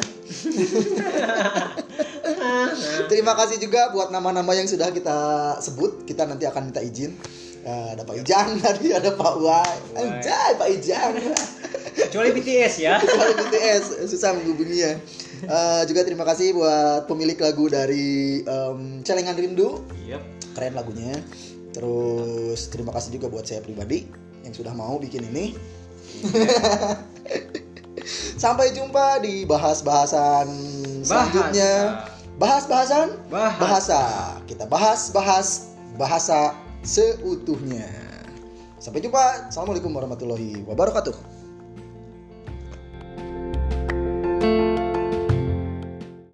Terima kasih juga buat nama-nama yang sudah kita sebut. Kita nanti akan minta izin. Uh, ada Pak Ijang, tadi ada Pak Wai. Anjay, Pak Ijang. Kecuali B T S ya. Kecuali B T S, susah menghubunginya. Uh, juga terima kasih buat pemilik lagu dari um, Celengan Rindu. Yep. Keren lagunya. Terus terima kasih juga buat saya pribadi yang sudah mau bikin ini. Sampai jumpa di bahas-bahasan selanjutnya. Bahas-bahasan bahasa. bahasa. Kita bahas-bahas bahasa seutuhnya. Sampai jumpa. Assalamualaikum warahmatullahi wabarakatuh.